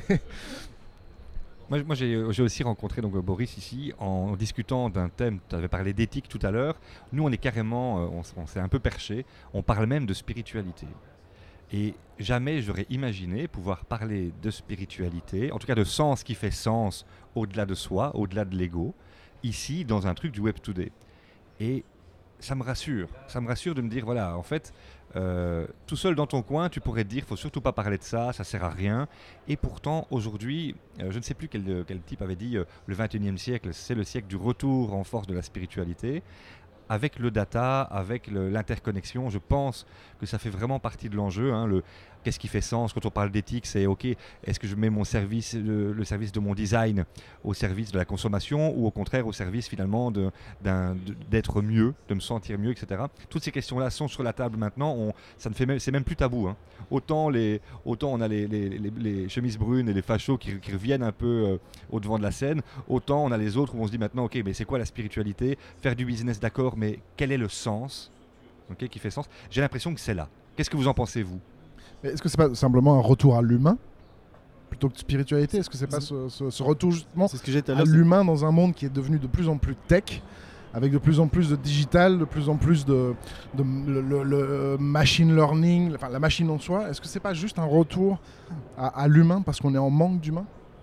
Moi, moi, j'ai j'ai aussi rencontré donc, Boris ici en discutant d'un thème. Tu avais parlé d'éthique tout à l'heure. Nous, on est carrément, euh, on, s- on s'est un peu perché. On parle même de spiritualité. Et jamais j'aurais imaginé pouvoir parler de spiritualité, en tout cas de sens qui fait sens au-delà de soi, au-delà de l'ego, ici dans un truc du Web Today. Et ça me rassure. Ça me rassure de me dire, voilà, en fait, euh, tout seul dans ton coin, tu pourrais te dire, faut surtout pas parler de ça, ça sert à rien. Et pourtant, aujourd'hui, euh, je ne sais plus quel, quel type avait dit, euh, le vingt et unième siècle, c'est le siècle du retour en force de la spiritualité. Avec le data, avec le- l'interconnexion, je pense que ça fait vraiment partie de l'enjeu. Hein, le, qu'est-ce qui fait sens. Quand on parle d'éthique, c'est OK, est-ce que je mets mon service, le, le service de mon design au service de la consommation ou au contraire au service finalement de, d'un, de, d'être mieux, de me sentir mieux, et cetera. Toutes ces questions-là sont sur la table maintenant. On, ça ne fait même, c'est même plus tabou. Hein. Autant, les, autant on a les, les, les, les chemises brunes et les fachos qui, qui reviennent un peu euh, au devant de la scène, autant on a les autres où on se dit maintenant, OK, mais c'est quoi la spiritualité? Faire du business, d'accord, mais quel est le sens, okay, qui fait sens? J'ai l'impression que c'est là. Qu'est-ce que vous en pensez, vous? Mais est-ce que c'est pas simplement un retour à l'humain plutôt que de spiritualité? Est-ce que c'est pas ce, ce, ce retour justement C'est ce que j'ai tout à à l'heure. l'humain dans un monde qui est devenu de plus en plus tech, avec de plus en plus de digital, de plus en plus de, de le, le, le machine learning, enfin la machine en soi? Est-ce que c'est pas juste un retour à, à l'humain parce qu'on est en manque d'humain?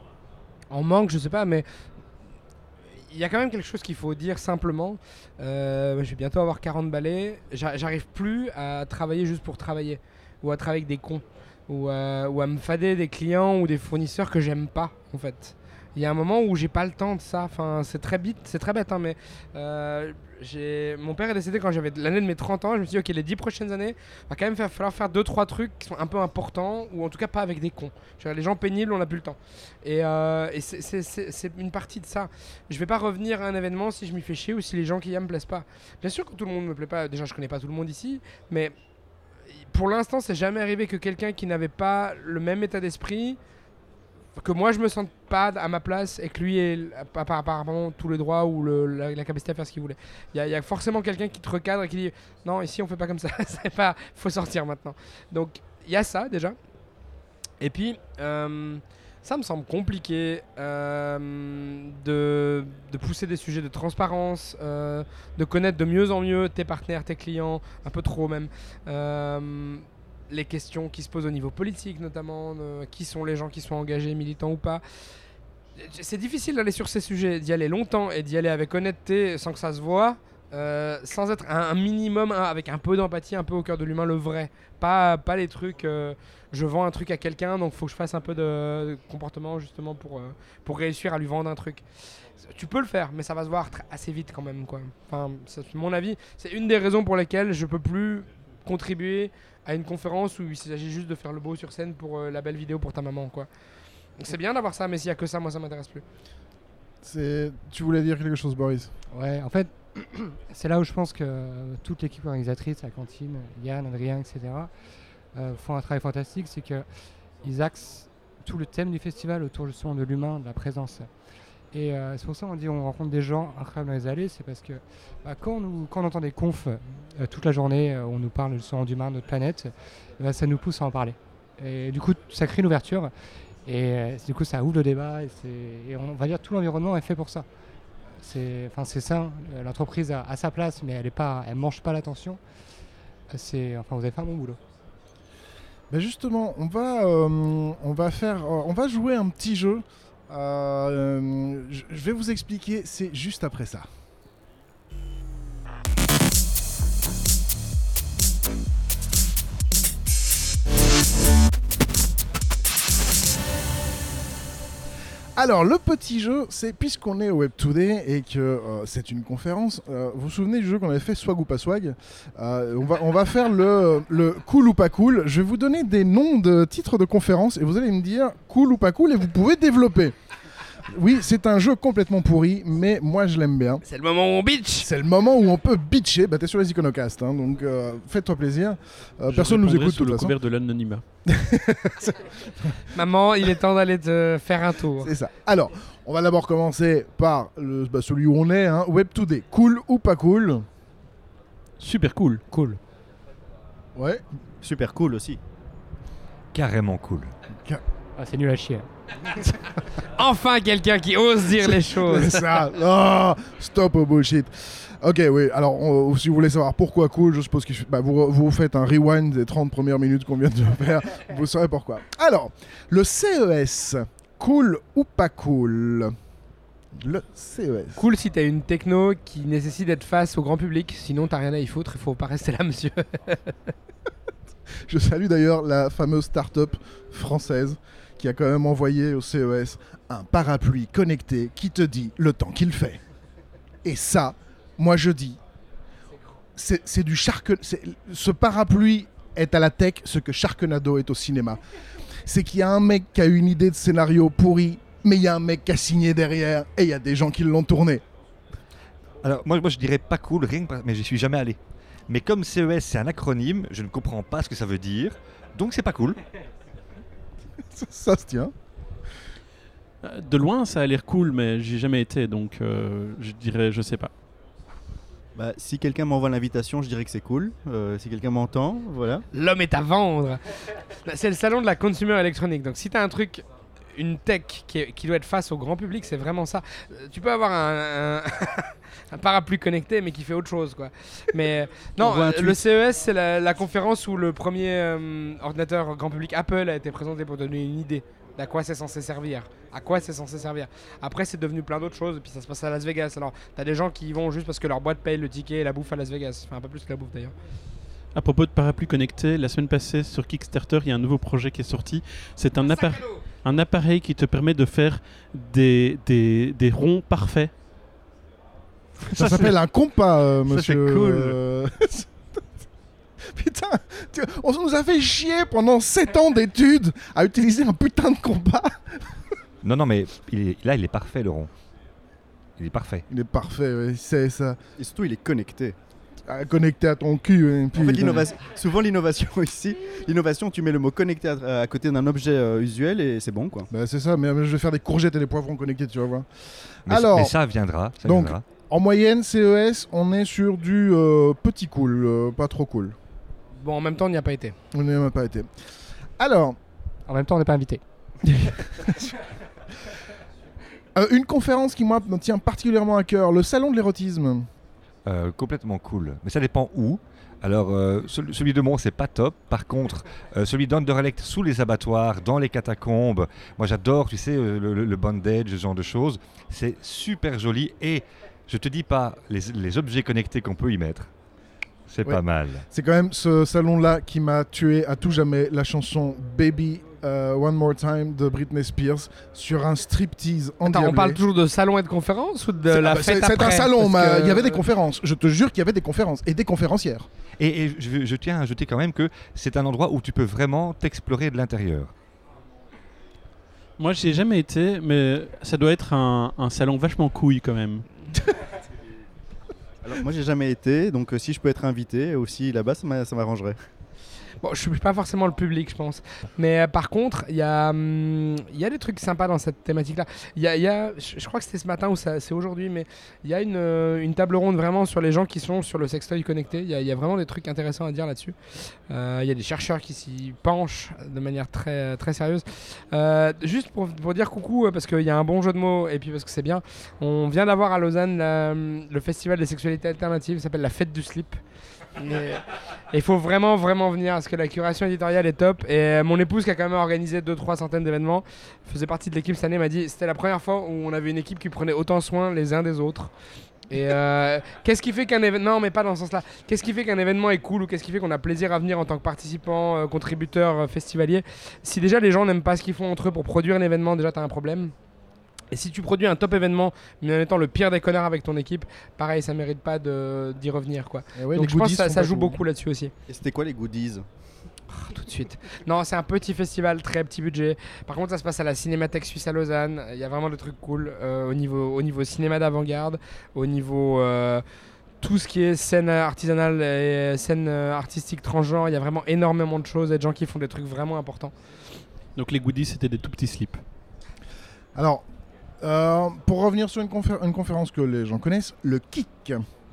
En manque, je sais pas, mais il y a quand même quelque chose qu'il faut dire simplement. Euh, je vais bientôt avoir quarante balais. J'a- J'arrive plus à travailler juste pour travailler, ou à travailler avec des cons, ou à, ou à me fader des clients ou des fournisseurs que j'aime pas, en fait. Il y a un moment où j'ai pas le temps de ça. Enfin, c'est très bête, c'est très bête, hein, mais euh, j'ai... mon père est décédé quand j'avais l'année de mes trente ans. Je me suis dit, ok, les dix prochaines années, va quand même faire, falloir faire deux trois trucs qui sont un peu importants, ou en tout cas pas avec des cons. Je veux dire, les gens pénibles, on n'a plus le temps. Et, euh, et c'est, c'est, c'est, c'est une partie de ça. Je vais pas revenir à un événement si je m'y fais chier ou si les gens qui y a me plaisent pas. Bien sûr que tout le monde me plaît pas. Déjà, je connais pas tout le monde ici, mais pour l'instant, c'est jamais arrivé que quelqu'un qui n'avait pas le même état d'esprit, que moi je me sente pas à ma place et que lui ait apparemment tous les droits ou le, la, la capacité à faire ce qu'il voulait. Il y, y a forcément quelqu'un qui te recadre et qui dit non, ici on fait pas comme ça, c'est pas, faut sortir maintenant. Donc il y a ça déjà. Et puis euh, ça me semble compliqué euh, de, de pousser des sujets de transparence, euh, de connaître de mieux en mieux tes partenaires, tes clients, un peu trop même. Euh, les questions qui se posent au niveau politique notamment, euh, qui sont les gens qui sont engagés, militants ou pas. C'est difficile d'aller sur ces sujets, d'y aller longtemps et d'y aller avec honnêteté sans que ça se voit, euh, sans être un, un minimum, un, avec un peu d'empathie, un peu au cœur de l'humain, le vrai. Pas, pas les trucs, euh, je vends un truc à quelqu'un donc il faut que je fasse un peu de, de comportement justement pour, euh, pour réussir à lui vendre un truc. Tu peux le faire, mais ça va se voir tr- assez vite quand même, quoi. Enfin, c'est mon avis, c'est une des raisons pour lesquelles je peux plus contribuer à une conférence où il s'agit juste de faire le beau sur scène pour euh, la belle vidéo pour ta maman, quoi. Donc c'est bien d'avoir ça, mais s'il y a que ça, moi ça m'intéresse plus. C'est... Tu voulais dire quelque chose, Boris? Ouais, en fait, c'est là où je pense que toute l'équipe organisatrice, la cantine, Yann, Adrien, et cetera, euh, font un travail fantastique. C'est qu'ils axent tout le thème du festival autour justement de l'humain, de la présence. Et euh, c'est pour ça qu'on dit on rencontre des gens incroyables dans les allées, c'est parce que bah, quand, nous, quand on entend des confs euh, toute la journée, euh, on nous parle justement d'humain, de notre planète, bah, ça nous pousse à en parler. Et du coup, ça crée une ouverture, et euh, du coup, ça ouvre le débat, et, c'est, et on va dire tout l'environnement est fait pour ça. C'est, c'est ça, l'entreprise a, a sa place, mais elle ne mange pas l'attention. C'est, enfin, vous avez fait un bon boulot. Ben justement, on va, euh, on va faire, euh, on va jouer un petit jeu. Euh, je vais vous expliquer, c'est juste après ça. Alors, le petit jeu, c'est puisqu'on est au Web Today et que euh, c'est une conférence, euh, vous vous souvenez du jeu qu'on avait fait Swag ou pas Swag? euh, on, va, on va faire le, le cool ou pas cool. Je vais vous donner des noms de titres de conférences et vous allez me dire cool ou pas cool et vous pouvez développer. Oui, c'est un jeu complètement pourri, mais moi je l'aime bien. C'est le moment où on bitch. C'est le moment où on peut bitcher. Bah, t'es sur les iconocasts, hein, donc euh, fais-toi plaisir. Euh, personne nous écoute de sous toute le façon. couvert de l'anonymat. Maman, il est temps d'aller te faire un tour. C'est ça. Alors, on va d'abord commencer par le, bah, celui où on est, hein, Web Today. Cool ou pas cool? Super cool. Cool. Ouais. Super cool aussi. Carrément cool. Ah, c'est nul à chier. Enfin quelqu'un qui ose dire les choses. C'est ça. Oh, stop au bullshit. Ok, oui. Alors, on, si vous voulez savoir pourquoi cool, je suppose que bah, vous, vous faites un rewind des trente premières minutes qu'on vient de faire. Vous saurez pourquoi. Alors, le C E S, cool ou pas cool? Le C E S. Cool si t'as une techno qui nécessite d'être face au grand public, sinon t'as rien à y foutre, il faut pas rester là, monsieur. Je salue d'ailleurs la fameuse start-up française qui a quand même envoyé au C E S un parapluie connecté qui te dit le temps qu'il fait. Et ça, moi je dis, c'est, c'est du charque. C'est, ce parapluie est à la tech ce que Sharknado est au cinéma. C'est qu'il y a un mec qui a eu une idée de scénario pourri, mais il y a un mec qui a signé derrière et il y a des gens qui l'ont tourné. Alors, moi, moi je dirais pas cool, rien que par- mais j'y suis jamais allé. Mais comme C E S, c'est un acronyme, je ne comprends pas ce que ça veut dire, donc c'est pas cool. Ça, ça se tient. Euh, De loin, ça a l'air cool, mais j'ai jamais été, donc euh, je dirais, je sais pas. Bah, si quelqu'un m'envoie l'invitation, je dirais que c'est cool. Euh, si quelqu'un m'entend, voilà. L'homme est à vendre. C'est le salon de la consumer électronique. Donc si tu as un truc, une tech qui, est- qui doit être face au grand public, c'est vraiment ça. Euh, Tu peux avoir un, un, un parapluie connecté, mais qui fait autre chose, quoi. Mais euh, non, On voit un euh, tweet. le C E S, c'est la, la conférence où le premier euh, ordinateur grand public Apple a été présenté pour donner une idée d'à quoi c'est censé servir. À quoi c'est censé servir. Après, c'est devenu plein d'autres choses, et puis ça se passe à Las Vegas. Alors, t'as des gens qui y vont juste parce que leur boîte paye le ticket et la bouffe à Las Vegas. Enfin, un peu plus que la bouffe d'ailleurs. À propos de parapluie connecté, la semaine passée sur Kickstarter, il y a un nouveau projet qui est sorti. C'est un, appare- un appareil qui te permet de faire des, des, des ronds parfaits. Ça, s'appelle un compas, euh, ça, c'est monsieur. cool. euh, Putain, tu- on nous a fait chier pendant sept ans d'études à utiliser un putain de compas. Non, non, mais il est- là, il est parfait, le rond. Il est parfait. Il est parfait, ouais, c'est ça. Et surtout, il est connecté. Ah, connecté à ton cul. ouais, En putain. fait, l'innovation, souvent l'innovation ici, l'innovation, tu mets le mot connecté à, à côté d'un objet euh, usuel et c'est bon, quoi. Bah, c'est ça, mais mais je vais faire des courgettes et des poivrons connectés, tu vas voir. Mais, Alors, mais ça viendra. Ça donc, viendra. En moyenne, C E S, on est sur du euh, petit cool, euh, pas trop cool. Bon, en même temps, on n'y a pas été. On n'y a même pas été. Alors, En même temps, on n'est pas invité. euh, une conférence qui, moi, me tient particulièrement à cœur, le salon de l'érotisme. Euh, complètement cool. Mais ça dépend où. Alors, euh, celui celui de Mons, c'est pas top. Par contre, euh, celui d'Anderlecht, sous les abattoirs, dans les catacombes, moi j'adore, tu sais, euh, le, le, le bondage, ce genre de choses. C'est super joli. Et je te dis pas les, les objets connectés qu'on peut y mettre. C'est Ouais. pas mal. C'est quand même ce salon-là qui m'a tué à tout jamais la chanson Baby euh, One More Time de Britney Spears sur un striptease en Attends, on diablé. parle toujours de salon et de conférence ou de C'est- la ah bah, fête c'est- C'est après un salon, Parce ma- que- il y avait des conférences. Je te jure qu'il y avait des conférences et des conférencières. Et, et je, je tiens à ajouter quand même que c'est un endroit où tu peux vraiment t'explorer de l'intérieur. Moi, j'y ai jamais été, mais ça doit être un, un salon vachement couille quand même. Alors, moi, j'ai jamais été, donc euh, si je peux être invité aussi là-bas, ça m'a- ça m'arrangerait. Bon, je suis pas forcément le public, je pense. Mais euh, par contre, il y, a, hum, il y a des trucs sympas dans cette thématique-là. Il y a, il y a- je je crois que c'était ce matin ou ça- c'est aujourd'hui, mais il y a une, euh, une table ronde vraiment sur les gens qui sont sur le sextoy connecté. Il y a, il y a vraiment des trucs intéressants à dire là-dessus. Euh, Il y a des chercheurs qui s'y penchent de manière très, très sérieuse. Euh, juste pour, pour dire coucou, euh, parce qu'il y a un bon jeu de mots et puis parce que c'est bien, on vient d'avoir à Lausanne la- le festival des sexualités alternatives, ça s'appelle la Fête du Slip. Mais il faut vraiment vraiment venir parce que la curation éditoriale est top et euh, mon épouse qui a quand même organisé deux trois centaines d'événements faisait partie de l'équipe cette année, m'a dit c'était la première fois où on avait une équipe qui prenait autant soin les uns des autres. Et euh, qu'est-ce qui fait qu'un événement, non mais pas dans ce sens-là, qu'est-ce qui fait qu'un événement est cool ou qu'est-ce qui fait qu'on a plaisir à venir en tant que participant, euh, contributeur, euh, festivalier? Si déjà les gens n'aiment pas ce qu'ils font entre eux pour produire un événement, déjà t'as un problème. Et si tu produis un top événement, mais en étant le pire des connards avec ton équipe, pareil, ça mérite pas de- d'y revenir, quoi. Et ouais, Donc les je pense goodies que ça, sont ça pas joue cool. beaucoup là-dessus aussi. Et c'était quoi les goodies? Tout de suite. Non, c'est un petit festival, très petit budget. Par contre, ça se passe à la Cinémathèque Suisse à Lausanne. Il y a vraiment des trucs cool euh, au, niveau, au niveau cinéma d'avant-garde, au niveau euh, tout ce qui est scène artisanale et scène euh, artistique transgenre. Il y a vraiment énormément de choses et de gens qui font des trucs vraiment importants. Donc les goodies, c'était des tout petits slips. Alors, euh, pour revenir sur une, confé- une conférence que les gens connaissent, le Kick.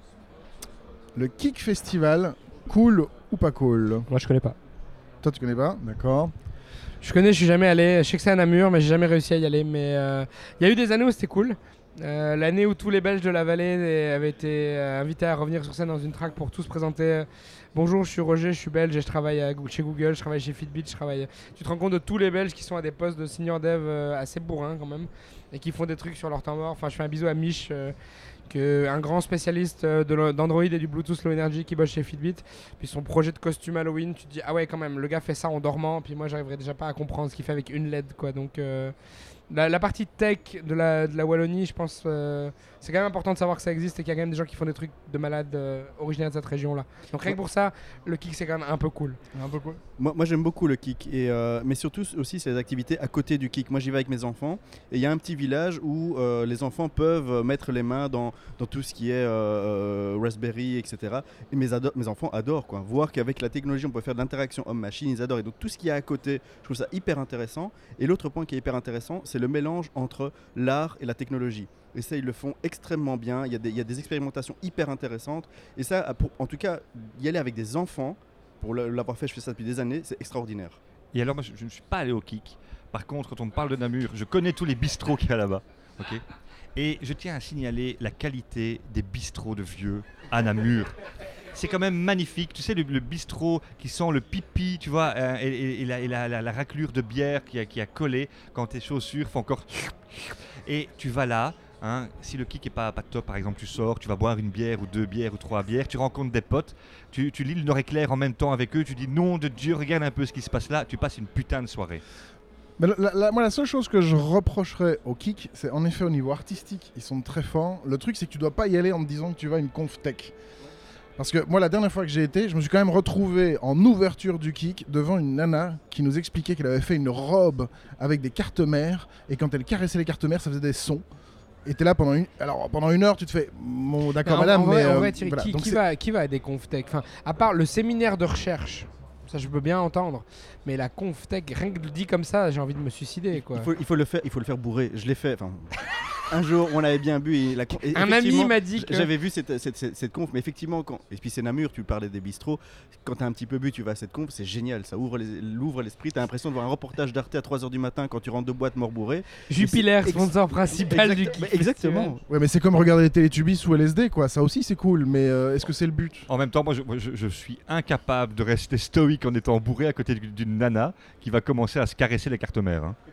Le Kick Festival, cool ou pas cool? Moi, je connais pas. Toi, tu connais pas? D'accord. Je connais, je suis jamais allé. Je sais que c'est à Namur, mais j'ai jamais réussi à y aller. Mais euh, il y a eu des années où c'était cool. Euh, L'année où tous les Belges de la vallée euh, avaient été euh, invités à revenir sur scène dans une track pour tous présenter. euh, Bonjour, je suis Roger, je suis belge et je travaille à Goo- chez Google, je travaille chez Fitbit, je travaille. Tu te rends compte de tous les Belges qui sont à des postes de senior dev euh, assez bourrins quand même et qui font des trucs sur leur temps mort. Enfin, je fais un bisou à Mich, euh, que, un grand spécialiste euh, de l'o- d'Android et du Bluetooth Low Energy qui bosse chez Fitbit. Puis son projet de costume Halloween, tu te dis ah ouais quand même, le gars fait ça en dormant. Puis moi, j'arriverais déjà pas à comprendre ce qu'il fait avec une L E D quoi. Donc euh, la, la partie tech de la, de la Wallonie, je pense, euh, c'est quand même important de savoir que ça existe et qu'il y a quand même des gens qui font des trucs de malades euh, originaires de cette région-là. Donc rien que pour ça, le kick c'est quand même un peu cool. Un peu cool. Moi, moi j'aime beaucoup le kick, et, euh, mais surtout aussi c'est les activités à côté du kick. Moi j'y vais avec mes enfants et il y a un petit village où euh, les enfants peuvent mettre les mains dans, dans tout ce qui est euh, Raspberry, et cetera. Et mes, ado- mes enfants adorent quoi. Voir qu'avec la technologie on peut faire de l'interaction homme-machine, ils adorent. Et donc tout ce qu'il y a à côté, je trouve ça hyper intéressant. Et l'autre point qui est hyper intéressant, c'est le mélange entre l'art et la technologie. Et ça, ils le font extrêmement bien. Il y a des, il y a des expérimentations hyper intéressantes. Et ça, pour, en tout cas, y aller avec des enfants, pour l'avoir fait, je fais ça depuis des années, c'est extraordinaire. Et alors, moi, je, je ne suis pas allé au kick. Par contre, quand on me parle de Namur, je connais tous les bistrots qu'il y a là-bas. Okay, et je tiens à signaler la qualité des bistrots de vieux à Namur. C'est quand même magnifique. Tu sais, le, le bistrot qui sent le pipi, tu vois, euh, et, et, et, la, et la, la, la raclure de bière qui a, qui a collé quand tes chaussures font encore... Et tu vas là, hein, si le kick n'est pas, pas top, par exemple, tu sors, tu vas boire une bière ou deux bières ou trois bières, tu rencontres des potes, tu, tu lis le Nord-Éclair en même temps avec eux, tu dis nom de Dieu, regarde un peu ce qui se passe là, tu passes une putain de soirée. Mais la, la, moi, la seule chose que je reprocherais au kick, c'est en effet au niveau artistique, ils sont très forts. Le truc, c'est que tu dois pas y aller en te disant que tu vas à une conf tech. Parce que moi, la dernière fois que j'ai été, je me suis quand même retrouvé en ouverture du kick devant une nana qui nous expliquait qu'elle avait fait une robe avec des cartes mères, et quand elle caressait les cartes mères, ça faisait des sons. Et t'es là pendant une... Alors, pendant une heure, tu te fais bon, d'accord, en, madame, en vrai, mais en euh, vrai, Thierry, voilà. qui, Donc qui c'est- va, qui va à des conftech, enfin, à part le séminaire de recherche, ça je peux bien entendre, mais la conftech, rien que le dit comme ça, j'ai envie de me suicider quoi. Il faut, il faut le faire, il faut le faire bourrer. Je l'ai fait. Enfin, un jour, on avait bien bu et, la, et Un ami effectivement, m'a dit que... j'avais vu cette, cette, cette, cette conf, mais effectivement, quand, et puis c'est Namur, tu parlais des bistrots, quand t'as un petit peu bu, tu vas à cette conf, c'est génial, ça ouvre, les, l'ouvre l'esprit, t'as l'impression de voir un reportage d'Arte à trois heures du matin quand tu rentres de boîte mort bourré. Jupiler, Ex- sponsor principal Exact- du bah, kick. exactement. Ouais, mais c'est comme regarder les Télétubbies sous L S D, quoi. Ça aussi, c'est cool, mais euh, est-ce que c'est le but? En même temps, moi, je, moi, je, je suis incapable de rester stoïque en étant bourré à côté d'une nana qui va commencer à se caresser les cartes mères. Hein.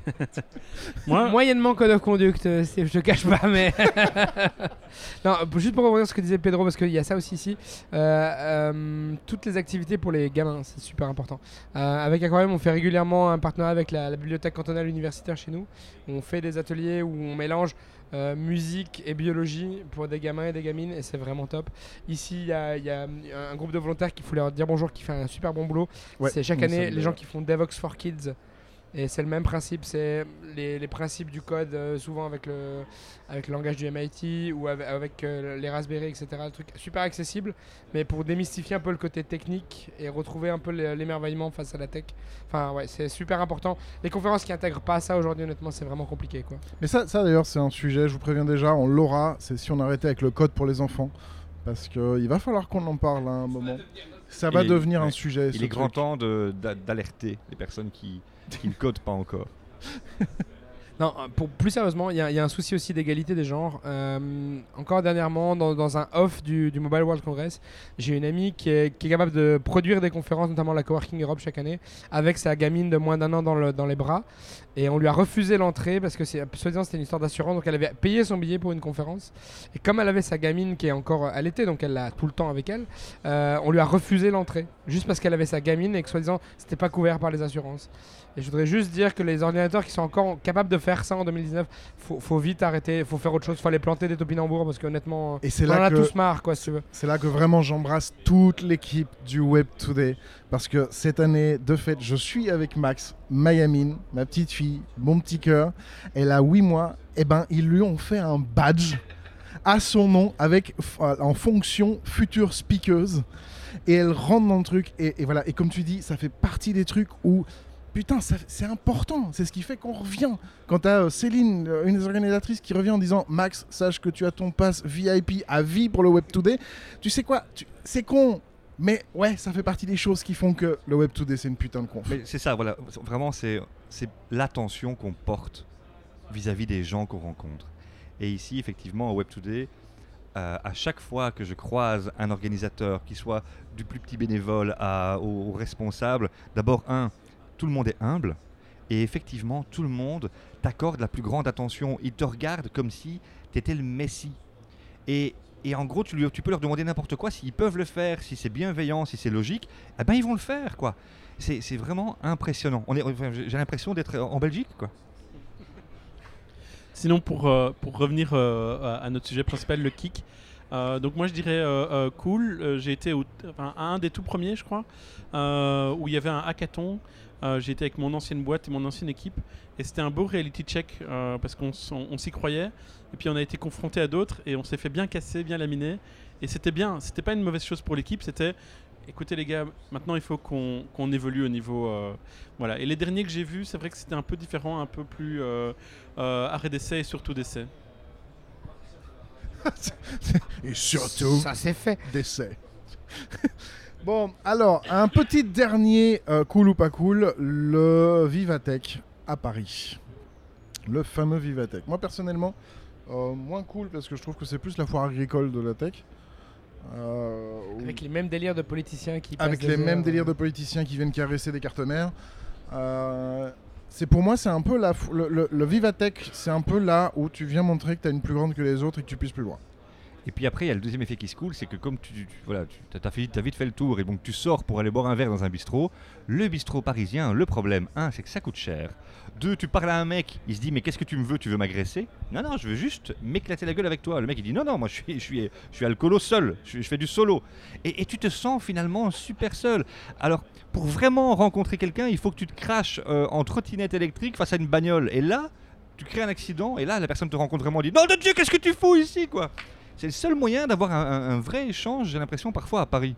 Moi, Moyennement code of conduct, euh, c'est- je te cache pas, mais. Non, juste pour revenir sur ce que disait Pedro, parce qu'il y a ça aussi ici. Euh, euh, toutes les activités pour les gamins, c'est super important. Euh, avec Aquarium, on fait régulièrement un partenariat avec la, la bibliothèque cantonale universitaire chez nous. On fait des ateliers où on mélange euh, musique et biologie pour des gamins et des gamines, et c'est vraiment top. Ici, il y, a- il y a un groupe de volontaires qu'il faut leur dire bonjour, qui fait un super bon boulot. Ouais, c'est chaque nous année sommes les de- gens qui font Devox for Kids. Et c'est le même principe, c'est les, les principes du code, euh, souvent avec le, avec le langage du M I T ou avec, avec, euh, les Raspberry, et cetera. Le truc super accessible, mais pour démystifier un peu le côté technique et retrouver un peu l'é- l'émerveillement face à la tech. Enfin, ouais, c'est super important. Les conférences qui intègrent pas ça aujourd'hui, honnêtement, c'est vraiment compliqué, quoi. Mais ça, ça d'ailleurs, c'est un sujet, je vous préviens déjà, on l'aura, c'est si on arrêtait avec le code pour les enfants. Parce qu'il va falloir qu'on en parle à un moment. Ça va Il est- devenir un ouais. sujet. Il ce est grand truc. temps de- d'a- d'alerter les personnes qui, qui ne codent pas encore. Non, euh, pour, plus sérieusement, il y, a- il y a un souci aussi d'égalité des genres. Euh, encore dernièrement, dans, dans un off du, du Mobile World Congress, j'ai une amie qui est, qui est capable de produire des conférences, notamment la Coworking Europe chaque année, avec sa gamine de moins d'un an dans, le- dans les bras. Et on lui a refusé l'entrée parce que c'est, soi-disant c'était une histoire d'assurance, donc elle avait payé son billet pour une conférence. Et comme elle avait sa gamine qui est encore allaitée, donc elle l'a tout le temps avec elle, euh, on lui a refusé l'entrée, juste parce qu'elle avait sa gamine et que soi-disant c'était pas couvert par les assurances. Et je voudrais juste dire que les ordinateurs qui sont encore capables de faire ça en deux mille dix-neuf, faut, faut vite arrêter, faut faire autre chose, faut aller planter des topinambours parce qu'honnêtement, Et c'est on en là a que tous marre, quoi, si tu veux. c'est là que vraiment j'embrasse toute l'équipe du Web Today. Parce que cette année, de fait, je suis avec Max, Mayamine, ma petite fille, mon petit cœur. Elle a huit mois. Et ben, ils lui ont fait un badge à son nom avec f- en fonction future speakers. Et elle rentre dans le truc. Et, et voilà. Et comme tu dis, ça fait partie des trucs où putain, ça- c'est important. C'est ce qui fait qu'on revient. Quand t'as euh, Céline, euh, une des organisatrices, qui revient en disant Max, sache que tu as ton pass V I P à vie pour le Web Today. Tu sais quoi, tu- c'est con. Mais ouais, ça fait partie des choses qui font que le Web Today, c'est une putain de conf. Mais c'est ça, voilà. Vraiment, c'est c'est l'attention qu'on porte vis-à-vis des gens qu'on rencontre. Et ici, effectivement, au Web Today, euh, à chaque fois que je croise un organisateur, qui soit du plus petit bénévole à, au, au responsable, d'abord, un, tout le monde est humble. Et effectivement, tout le monde t'accorde la plus grande attention. Il te regarde comme si tu étais le messie. Et, et en gros, tu, lui- tu peux leur demander n'importe quoi. S'ils peuvent le faire, si c'est bienveillant, si c'est logique, eh ben, ils vont le faire, quoi. C'est c'est vraiment impressionnant. On est, enfin, j'ai j'ai l'impression d'être en Belgique, quoi. Sinon, pour, euh, pour revenir euh, à, à notre sujet principal, le kick. Euh, donc moi je dirais euh, euh, cool. Euh, j'ai été au, enfin, à un des tout premiers, je crois, euh, où il y avait un hackathon. Euh, j'ai été avec mon ancienne boîte et mon ancienne équipe, et c'était un beau reality check euh, parce qu'on on, on s'y croyait. Et puis on a été confronté à d'autres et on s'est fait bien casser, bien laminer. Et c'était bien. C'était pas une mauvaise chose pour l'équipe. C'était écoutez les gars, maintenant il faut qu'on, qu'on évolue au niveau euh, voilà. Et les derniers que j'ai vus, c'est vrai que c'était un peu différent, un peu plus euh, euh, arrêt d'essai et surtout d'essai. Et surtout, ça c'est fait. d'essai. Bon, alors, un petit dernier euh, cool ou pas cool, le Vivatech à Paris. Le fameux Vivatech. Moi, personnellement, euh, moins cool parce que je trouve que c'est plus la foire agricole de la tech. Euh, Avec les mêmes délires de politiciens qui passent avec des les mêmes heures, délires euh, de politiciens qui viennent caresser des cartes mères. Euh, c'est pour moi, c'est un peu la f- le, le, le Vivatech, c'est un peu là où tu viens montrer que tu as une plus grande que les autres et que tu puisses plus loin. Et puis après, il y a le deuxième effet qui se coule, c'est que comme tu, tu, voilà, tu as, fait, t'as vite fait le tour et donc tu sors pour aller boire un verre dans un bistrot, le bistrot parisien, le problème, un, c'est que ça coûte cher. Deux, tu parles à un mec, il se dit mais qu'est-ce que tu me veux, tu veux m'agresser? Non, non, je veux juste m'éclater la gueule avec toi. Le mec il dit non, non, moi je suis, je suis, je suis alcoolo seul, je, je fais du solo. Et, et tu te sens finalement super seul. Alors pour vraiment rencontrer quelqu'un, il faut que tu te craches euh, en trottinette électrique face à une bagnole. Et là, tu crées un accident et là la personne te rencontre vraiment et dit non de Dieu, qu'est-ce que tu fous ici quoi? C'est le seul moyen d'avoir un, un, un vrai échange, j'ai l'impression, parfois à Paris.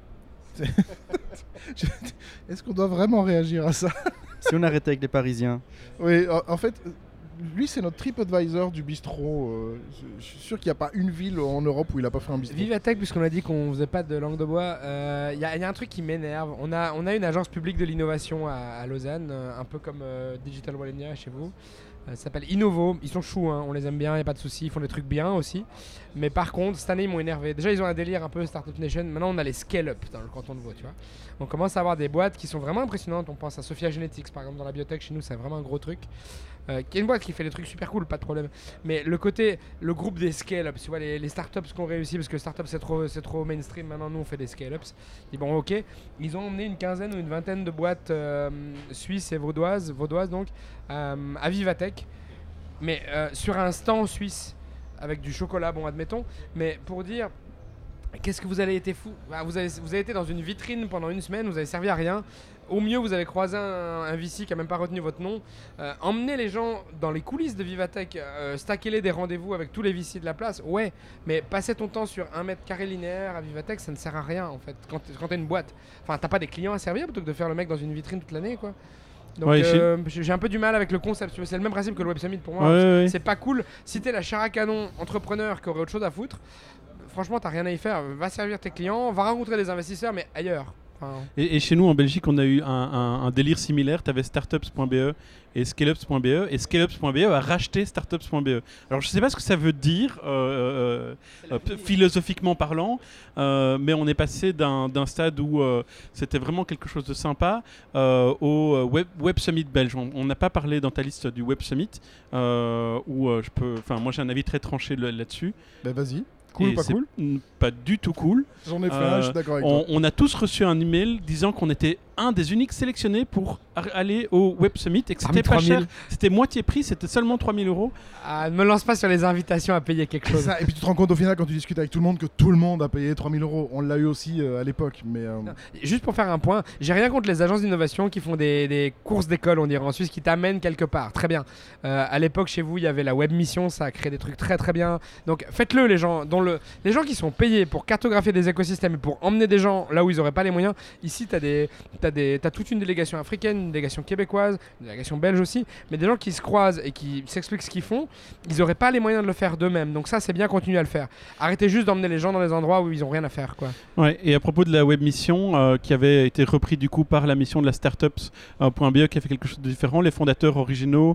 Est-ce qu'on doit vraiment réagir à ça? Si on arrêtait avec les Parisiens. Oui, en, en fait, lui c'est notre TripAdvisor du bistrot. Euh, je, je suis sûr qu'il n'y a pas une ville en Europe où il n'a pas fait un bistrot. Vivatech, puisqu'on a dit qu'on faisait pas de langue de bois, il euh, y, y a un truc qui m'énerve. On a, on a une agence publique de l'innovation à, à Lausanne, euh, un peu comme euh, Digital Wallonia chez vous. Euh, ça s'appelle Innovo. Ils sont choux, hein, on les aime bien, il n'y a pas de souci. Ils font des trucs bien aussi. Mais par contre, cette année, ils m'ont énervé. Déjà, ils ont un délire un peu Startup Nation. Maintenant, on a les scale-up dans le canton de Vaud, tu vois. On commence à avoir des boîtes qui sont vraiment impressionnantes. On pense à Sophia Genetics, par exemple, dans la biotech. Chez nous, c'est vraiment un gros truc. Euh, qui est une boîte qui fait des trucs super cool, pas de problème. Mais le côté, le groupe des scale-ups, tu vois, les, les startups qu'on réussit, parce que startups c'est trop, c'est trop mainstream, maintenant nous on fait des scale-ups. Et bon, ok, ils ont emmené une quinzaine ou une vingtaine de boîtes euh, suisses et vaudoises, vaudoises donc, euh, à Vivatech, mais euh, sur un stand suisse, avec du chocolat, bon, admettons, mais pour dire. Qu'est-ce que vous avez été fou? vous avez, vous avez été dans une vitrine pendant une semaine, vous avez servi à rien. Au mieux, vous avez croisé un, un V C qui n'a même pas retenu votre nom. Euh, emmenez les gens dans les coulisses de Vivatech, euh, stackez-les des rendez-vous avec tous les V C de la place. Ouais, mais passer ton temps sur un mètre carré linéaire à Vivatech, ça ne sert à rien en fait. Quand, quand tu as une boîte, enfin, t'as pas des clients à servir plutôt que de faire le mec dans une vitrine toute l'année, quoi. Donc Ouais, euh, j'ai un peu du mal avec le concept. C'est le même principe que le Web Summit pour moi. Ouais, ouais, c'est pas cool. Si t'es la chair à canon entrepreneur qui aurait autre chose à foutre, franchement, t'as rien à y faire. Va servir tes clients, va rencontrer des investisseurs, mais ailleurs. Enfin... Et, et chez nous en Belgique, on a eu un, un, un délire similaire. Tu avais startups point b e et scaleups point b e, et scaleups point b e a racheté startups point b e. Alors je sais pas ce que ça veut dire euh, euh, euh, philosophiquement parlant, euh, mais on est passé d'un, d'un stade où euh, c'était vraiment quelque chose de sympa euh, au Web, Web Summit belge. On n'a pas parlé dans ta liste du Web Summit, euh, où euh, je peux, enfin moi j'ai un avis très tranché là- là-dessus. Ben vas-y. Cool Et ou pas c'est cool? n- Pas du tout cool. J'en ai fait Euh, un, je suis d'accord avec on, toi. on a tous reçu un email disant qu'on était un des uniques sélectionnés pour ar- aller au Web Summit et que Parmi c'était pas trois mille. cher. C'était moitié prix, c'était seulement trois mille euros. Ah, ne me lance pas sur les invitations à payer quelque chose. Ça, et puis tu te rends compte au final quand tu discutes avec tout le monde que tout le monde a payé trois mille euros. On l'a eu aussi euh, à l'époque, mais euh, Juste pour faire un point, j'ai rien contre les agences d'innovation qui font des, des courses d'école, on dirait en Suisse, qui t'amènent quelque part. Très bien. Euh, à l'époque, chez vous, il y avait la web mission, ça a créé des trucs très très bien. Donc faites-le, les gens. Dont le, les gens qui sont payés pour cartographier des écosystèmes et pour emmener des gens là où ils n'auraient pas les moyens. Ici, tu as, des, t'as des, t'as toute une délégation africaine, une délégation québécoise, une délégation belge aussi, mais des gens qui se croisent et qui s'expliquent ce qu'ils font, ils n'auraient pas les moyens de le faire d'eux-mêmes. Donc ça, c'est bien, continuer à le faire. Arrêtez juste d'emmener les gens dans des endroits où ils n'ont rien à faire, quoi. Ouais, et à propos de la web mission, euh, qui avait été repris du coup par la mission de la startups point b e, qui a fait quelque chose de différent, les fondateurs originaux,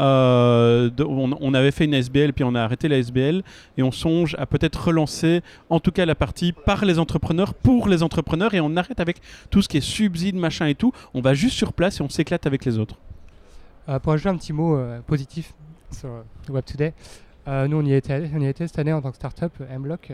euh, de- on, on avait fait une A S B L puis on a arrêté la A S B L et on songe à peut-être relancer en tout cas la partie par les entrepreneurs, pour les entrepreneurs, et on arrête avec tout ce qui est subside, machin et tout. On va juste sur place et on s'éclate avec les autres. Euh, pour ajouter un petit mot euh, positif sur euh, Web Today, euh, nous on y, était, on y était cette année en tant que startup, euh, M-Block, euh,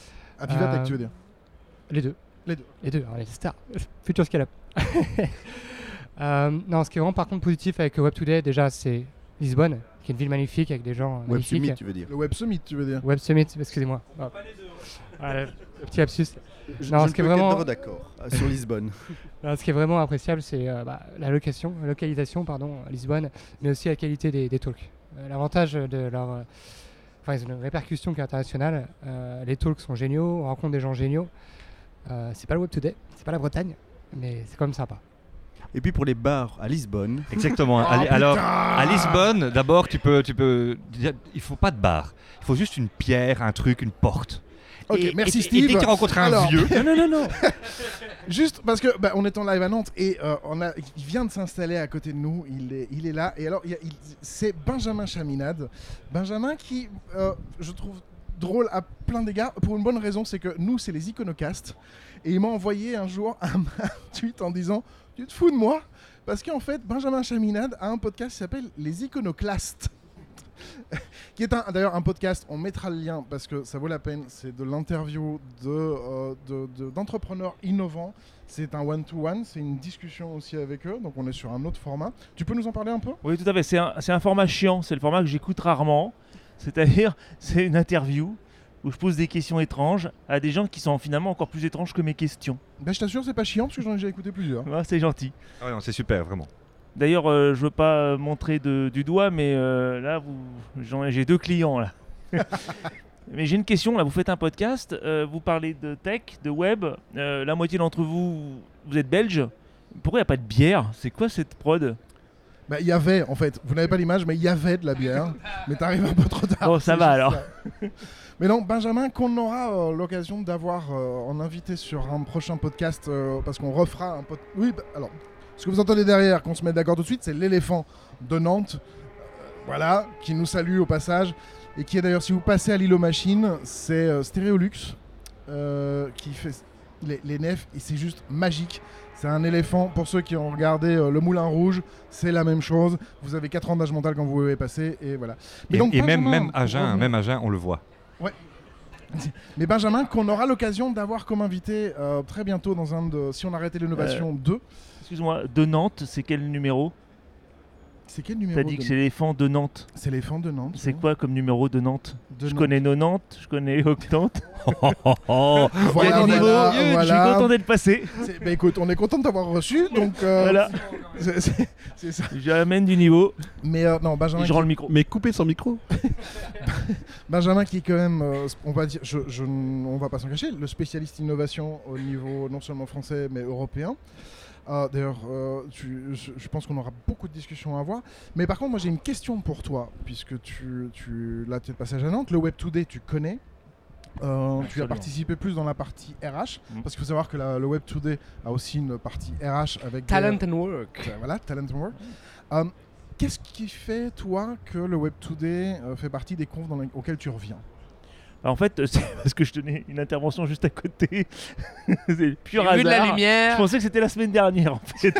à Vivatech, euh, tu veux dire? les deux. Les deux. Les deux, alors les stars. Future scale-up. euh, non, ce qui est vraiment par contre positif avec Web Today, déjà c'est Lisbonne, qui est une ville magnifique avec des gens Web magnifiques. Summit, tu veux dire. Le Web Summit, tu veux dire. Web Summit, excusez-moi. Oh. Voilà, le petit lapsus. Je, Non, je ce ne qui est peux vraiment- qu'être d'accord euh, sur Lisbonne. Alors, ce qui est vraiment appréciable, c'est euh, bah, la location, la localisation pardon, à Lisbonne, mais aussi la qualité des, des talks. Euh, L'avantage de leur... euh, Enfin, ils ont une répercussion qui est internationale. Euh, les talks sont géniaux, on rencontre des gens géniaux. Euh, c'est pas le Web Today, c'est pas la Bretagne, mais c'est quand même sympa. Et puis pour les bars à Lisbonne, Exactement. Oh, Allez, alors, putain à Lisbonne, d'abord, tu peux, tu peux, il faut pas de bar. Il faut juste une pierre, un truc, une porte. Ok, Et- merci et- Steve. Et dès que tu rencontres un Alors- vieux, Non, non, non, non. Juste parce que bah, on est en live à Nantes et euh, on a, il vient de s'installer à côté de nous, il est, il est là. Et alors, il y a- il- c'est Benjamin Chaminade. Benjamin qui, euh, je trouve drôle à plein d'égards, pour une bonne raison, c'est que nous, c'est les iconocastes. Et il m'a envoyé un jour un, un tweet en disant « Tu te fous de moi ?» Parce qu'en fait, Benjamin Chaminade a un podcast qui s'appelle « Les Iconoclastes ». Qui est un- d'ailleurs un podcast, on mettra le lien parce que ça vaut la peine, c'est de l'interview de, euh, de- de- d'entrepreneurs innovants. C'est un one-to-one, c'est une discussion aussi avec eux, donc on est sur un autre format. Tu peux nous en parler un peu ? Oui, tout à fait. C'est un, c'est un format chiant. C'est le format que j'écoute rarement. C'est-à-dire, c'est une interview où je pose des questions étranges à des gens qui sont finalement encore plus étranges que mes questions. Ben, je t'assure, c'est pas chiant parce que j'en ai déjà écouté plusieurs. Ouais, c'est gentil. ah ouais, non, c'est super, vraiment. D'ailleurs, euh, je veux pas montrer de- du doigt, mais euh, là, vous, j'en ai- j'ai deux clients là. Mais j'ai une question. Là, vous faites un podcast, euh, vous parlez de tech, de web. euh, la moitié d'entre vous, vous êtes belges. Pourquoi il n'y a pas de bière? C'est quoi cette prod? Ben, il y avait, en fait, vous n'avez pas l'image, mais il y avait de la bière. Mais t'arrives un peu trop tard. Bon, ça c'est va, juste alors. ça. Mais non, Benjamin, qu'on aura euh, l'occasion d'avoir euh, en invité sur un prochain podcast, euh, parce qu'on refera un podcast. Oui, bah, alors, ce que vous entendez derrière, qu'on se mette d'accord tout de suite, c'est l'éléphant de Nantes, euh, voilà, qui nous salue au passage, et qui est d'ailleurs, si vous passez à l'île aux machines, c'est euh, Stéréolux, euh, qui fait les, les nefs, et c'est juste magique. C'est un éléphant, pour ceux qui ont regardé euh, Le Moulin Rouge, c'est la même chose. Vous avez quatre ans d'âge mental quand vous avez passé, et voilà. Mais Et, donc, et même, Benjamin, même pour à jeun, revenir- même à jeun, on le voit. Mais Benjamin, qu'on aura l'occasion d'avoir comme invité euh, très bientôt dans un de Si on arrêtait l'innovation deux. Excuse-moi, de Nantes, c'est quel numéro? C'est quel numéro T'as dit de- que c'est l'éléphant de Nantes. C'est l'éléphant de Nantes. C'est oui. quoi comme numéro de Nantes? De Je Nantes. connais Nonante, je connais Octante. Oh, Il y a Voilà, des niveaux, voilà, je suis voilà. content d'être passé. C'est- bah, écoute, on est content de t'avoir reçu, donc euh, Voilà, c'est- c'est c'est ça. j'amène du niveau Mais euh, non, Benjamin, et je qui, rends le micro. Mais couper son micro. Benjamin qui est quand même, euh, on va dire, je, je, on va pas s'en cacher, le spécialiste innovation au niveau non seulement français mais européen. Euh, D'ailleurs, euh, tu- je, je pense qu'on aura beaucoup de discussions à avoir. Mais par contre, moi j'ai une question pour toi, puisque tu, tu là tu es de passage à Nantes. Le Web Today, tu connais. Euh, tu as Absolument. participé plus dans la partie R H, Mm. parce qu'il faut savoir que la- le Web Today a aussi une partie R H avec des- Talent and work. euh, voilà, Talent and Work. Euh, Qu'est-ce qui fait, toi, que le Web Today euh, fait partie des confs dans les- auxquels tu reviens? Bah, en fait, c'est parce que je tenais une intervention juste à côté. C'est pur J'ai vu de la hasard. Je lumière. pensais que c'était la semaine dernière en fait.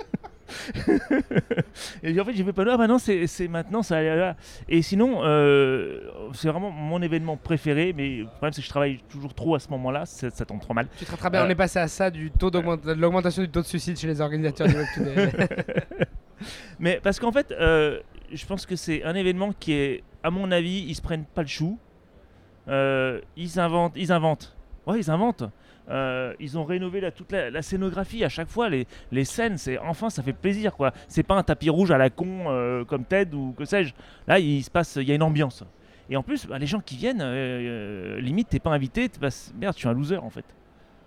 Et en fait, j'ai fait pas là, bah non, c'est c'est maintenant, ça allait là. Et sinon, euh, c'est vraiment mon événement préféré, mais le problème c'est que je travaille toujours trop à ce moment-là, ça, ça tombe trop mal. Tu te rattrapes bien, Euh. on est passé à ça du taux d'augment- de l'augmentation du taux de suicide chez les organisateurs du Web Today. Mais parce qu'en fait, euh, je pense que c'est un événement qui est, à mon avis, ils se prennent pas le chou. Euh, ils inventent, ils inventent. Ouais, ils inventent. Euh, ils ont rénové la- toute la, la scénographie à chaque fois, les, les scènes, c'est enfin ça fait plaisir quoi. C'est pas un tapis rouge à la con euh, comme Ted ou que sais-je. Là, il se passe, il y a une ambiance. Et en plus, bah, les gens qui viennent, euh, euh, limite, t'es pas invité, t'es pas- merde, je suis un loser en fait.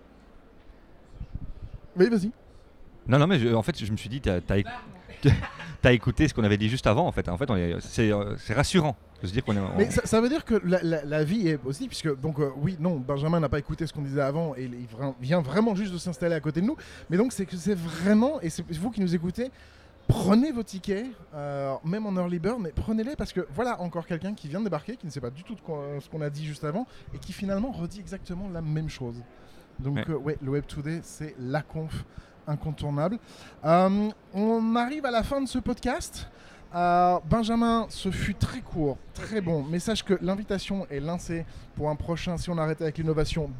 Oui, vas-y. Non, non, mais je- en fait, je me suis dit, t'as as, écouté ce qu'on avait dit juste avant, en fait. En fait, on est- c'est euh, c'est rassurant de se dire qu'on est. on- Mais ça, ça veut dire que la, la- la vie est positive, puisque, donc, euh, oui, non, Benjamin n'a pas écouté ce qu'on disait avant et il vra- vient vraiment juste de s'installer à côté de nous. Mais donc, c'est que c'est vraiment, et c'est vous qui nous écoutez, prenez vos tickets, euh, même en early bird, mais prenez-les parce que voilà encore quelqu'un qui vient de débarquer, qui ne sait pas du tout de quoi- ce qu'on a dit juste avant et qui finalement redit exactement la même chose. Donc, Ouais. euh, ouais, le Web Today, c'est la conf incontournable. Euh, on arrive à la fin de ce podcast. Euh, Benjamin, ce fut très court, très bon. Mais sache que l'invitation est lancée pour un prochain Si on arrêtait avec l'innovation deux.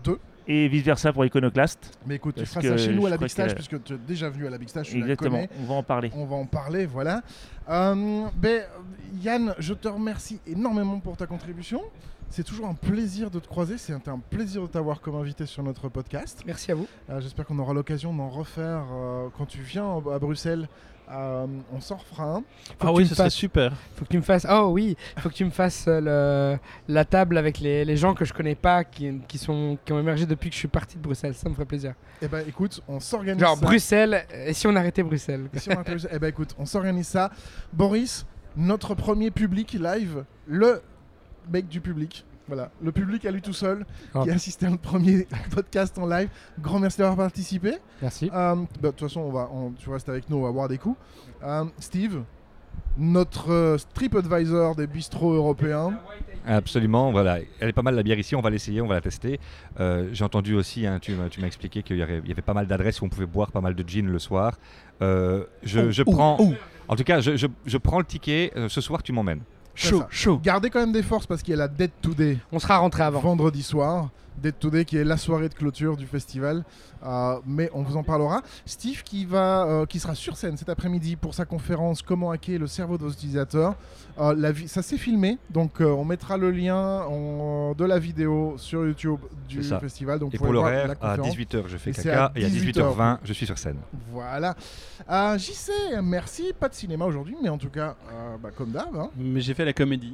et vice versa pour Iconoclast. Mais écoute, tu Parce feras que ça chez nous à je la crois Big Stash, que- puisque tu es déjà venu à la Big Stash, tu la Exactement, connais. on va en parler. On va en parler, voilà. Euh, ben, Yann, je te remercie énormément pour ta contribution. C'est toujours un plaisir de te croiser, c'est un, un plaisir de t'avoir comme invité sur notre podcast. Merci à vous. Euh, J'espère qu'on aura l'occasion d'en refaire euh, quand tu viens à Bruxelles. Euh, on s'en refera un. Faut Ah que oui, tu ce me serait fasses- super. Faut que tu me fasses. Oh oui, faut que tu me fasses euh, le... la table avec les, les gens que je connais pas, qui, qui sont qui ont émergé depuis que je suis parti de Bruxelles. Ça me ferait plaisir. Eh ben écoute, on s'organise Genre ça. Bruxelles. Et si on arrêtait Bruxelles Et si on interviewe- Eh ben écoute, on s'organise ça. Boris, notre premier public live, le mec du public. Voilà, le public à lui tout seul, Oh. qui a assisté à notre premier podcast en live. Grand merci d'avoir participé. Merci. Euh, bah, De toute façon, on va, on- tu restes avec nous, on va boire des coups. Euh, Steve, notre euh, trip advisor des bistrots européens. Absolument, voilà. Elle est pas mal la bière ici, on va l'essayer, on va la tester. Euh, J'ai entendu aussi, hein, tu m'as tu m'as expliqué qu'il y, avait- il y avait pas mal d'adresses où on pouvait boire pas mal de gin le soir. Euh, je, Oh, je oh, prends, oh. en tout cas, je, je- je prends le ticket. Euh, ce soir, tu m'emmènes. Chaud, chaud. Gardez quand même des forces parce qu'il y a la Dead Today On sera rentré avant. vendredi soir. Dead Today qui est la soirée de clôture du festival. Euh, mais on vous en parlera. Steve qui, va, euh, qui sera sur scène cet après-midi pour sa conférence Comment hacker le cerveau de vos utilisateurs. Euh, la vi- ça s'est filmé, donc euh, on mettra le lien en- de la vidéo sur YouTube du C'est ça. festival. Donc Et vous pour pouvez voir l'horaire, la à conférence. dix-huit heures, je fais Et c'est caca à et à dix-huit dix-huit heures vingt, je suis sur scène. Voilà. Euh, J C, merci. Pas de cinéma aujourd'hui, mais en tout cas, euh, bah, comme d'hab. Hein. Mais j'ai fait la comédie.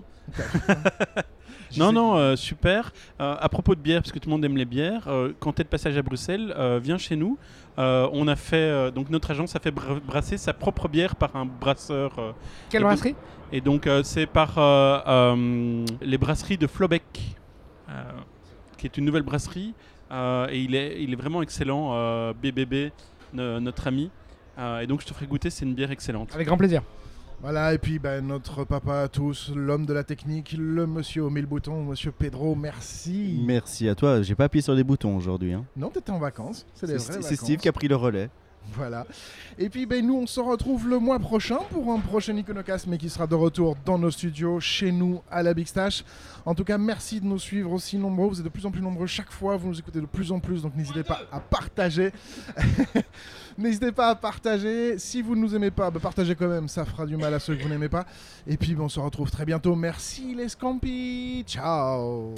J C, Non, non, euh, super. Euh, à propos de bière, parce que tout le monde aime les bières, euh, quand tu es de passage à Bruxelles, euh, viens chez nous. Euh, on a fait, euh, donc notre agence a fait bra- brasser sa propre bière par un brasseur. euh, Quelle Et donc- brasserie et donc euh, c'est par euh, euh, les brasseries de Flobeck, euh, qui est une nouvelle brasserie. Euh, et il est, il est vraiment excellent, euh, B B B, no- notre ami. Euh, et donc je te ferai goûter, c'est une bière excellente. Avec grand plaisir. Voilà, et puis bah, notre papa à tous, l'homme de la technique, le monsieur aux mille boutons, monsieur Pedro, merci. Merci à toi. J'ai pas appuyé sur les boutons aujourd'hui. Hein. Non, t'étais en vacances, c'est des C'est vraies c'est vacances. Steve qui a pris le relais. Voilà. Et puis ben, nous, on se retrouve le mois prochain pour un prochain Iconocast, mais qui sera de retour dans nos studios, chez nous, à la Big Stash. En tout cas, merci de nous suivre aussi nombreux. Vous êtes de plus en plus nombreux chaque fois. Vous nous écoutez de plus en plus, donc n'hésitez pas à partager. N'hésitez pas à partager. Si vous ne nous aimez pas, bah, partagez quand même. Ça fera du mal à ceux que vous n'aimez pas. Et puis, ben, on se retrouve très bientôt. Merci les Scampis. Ciao.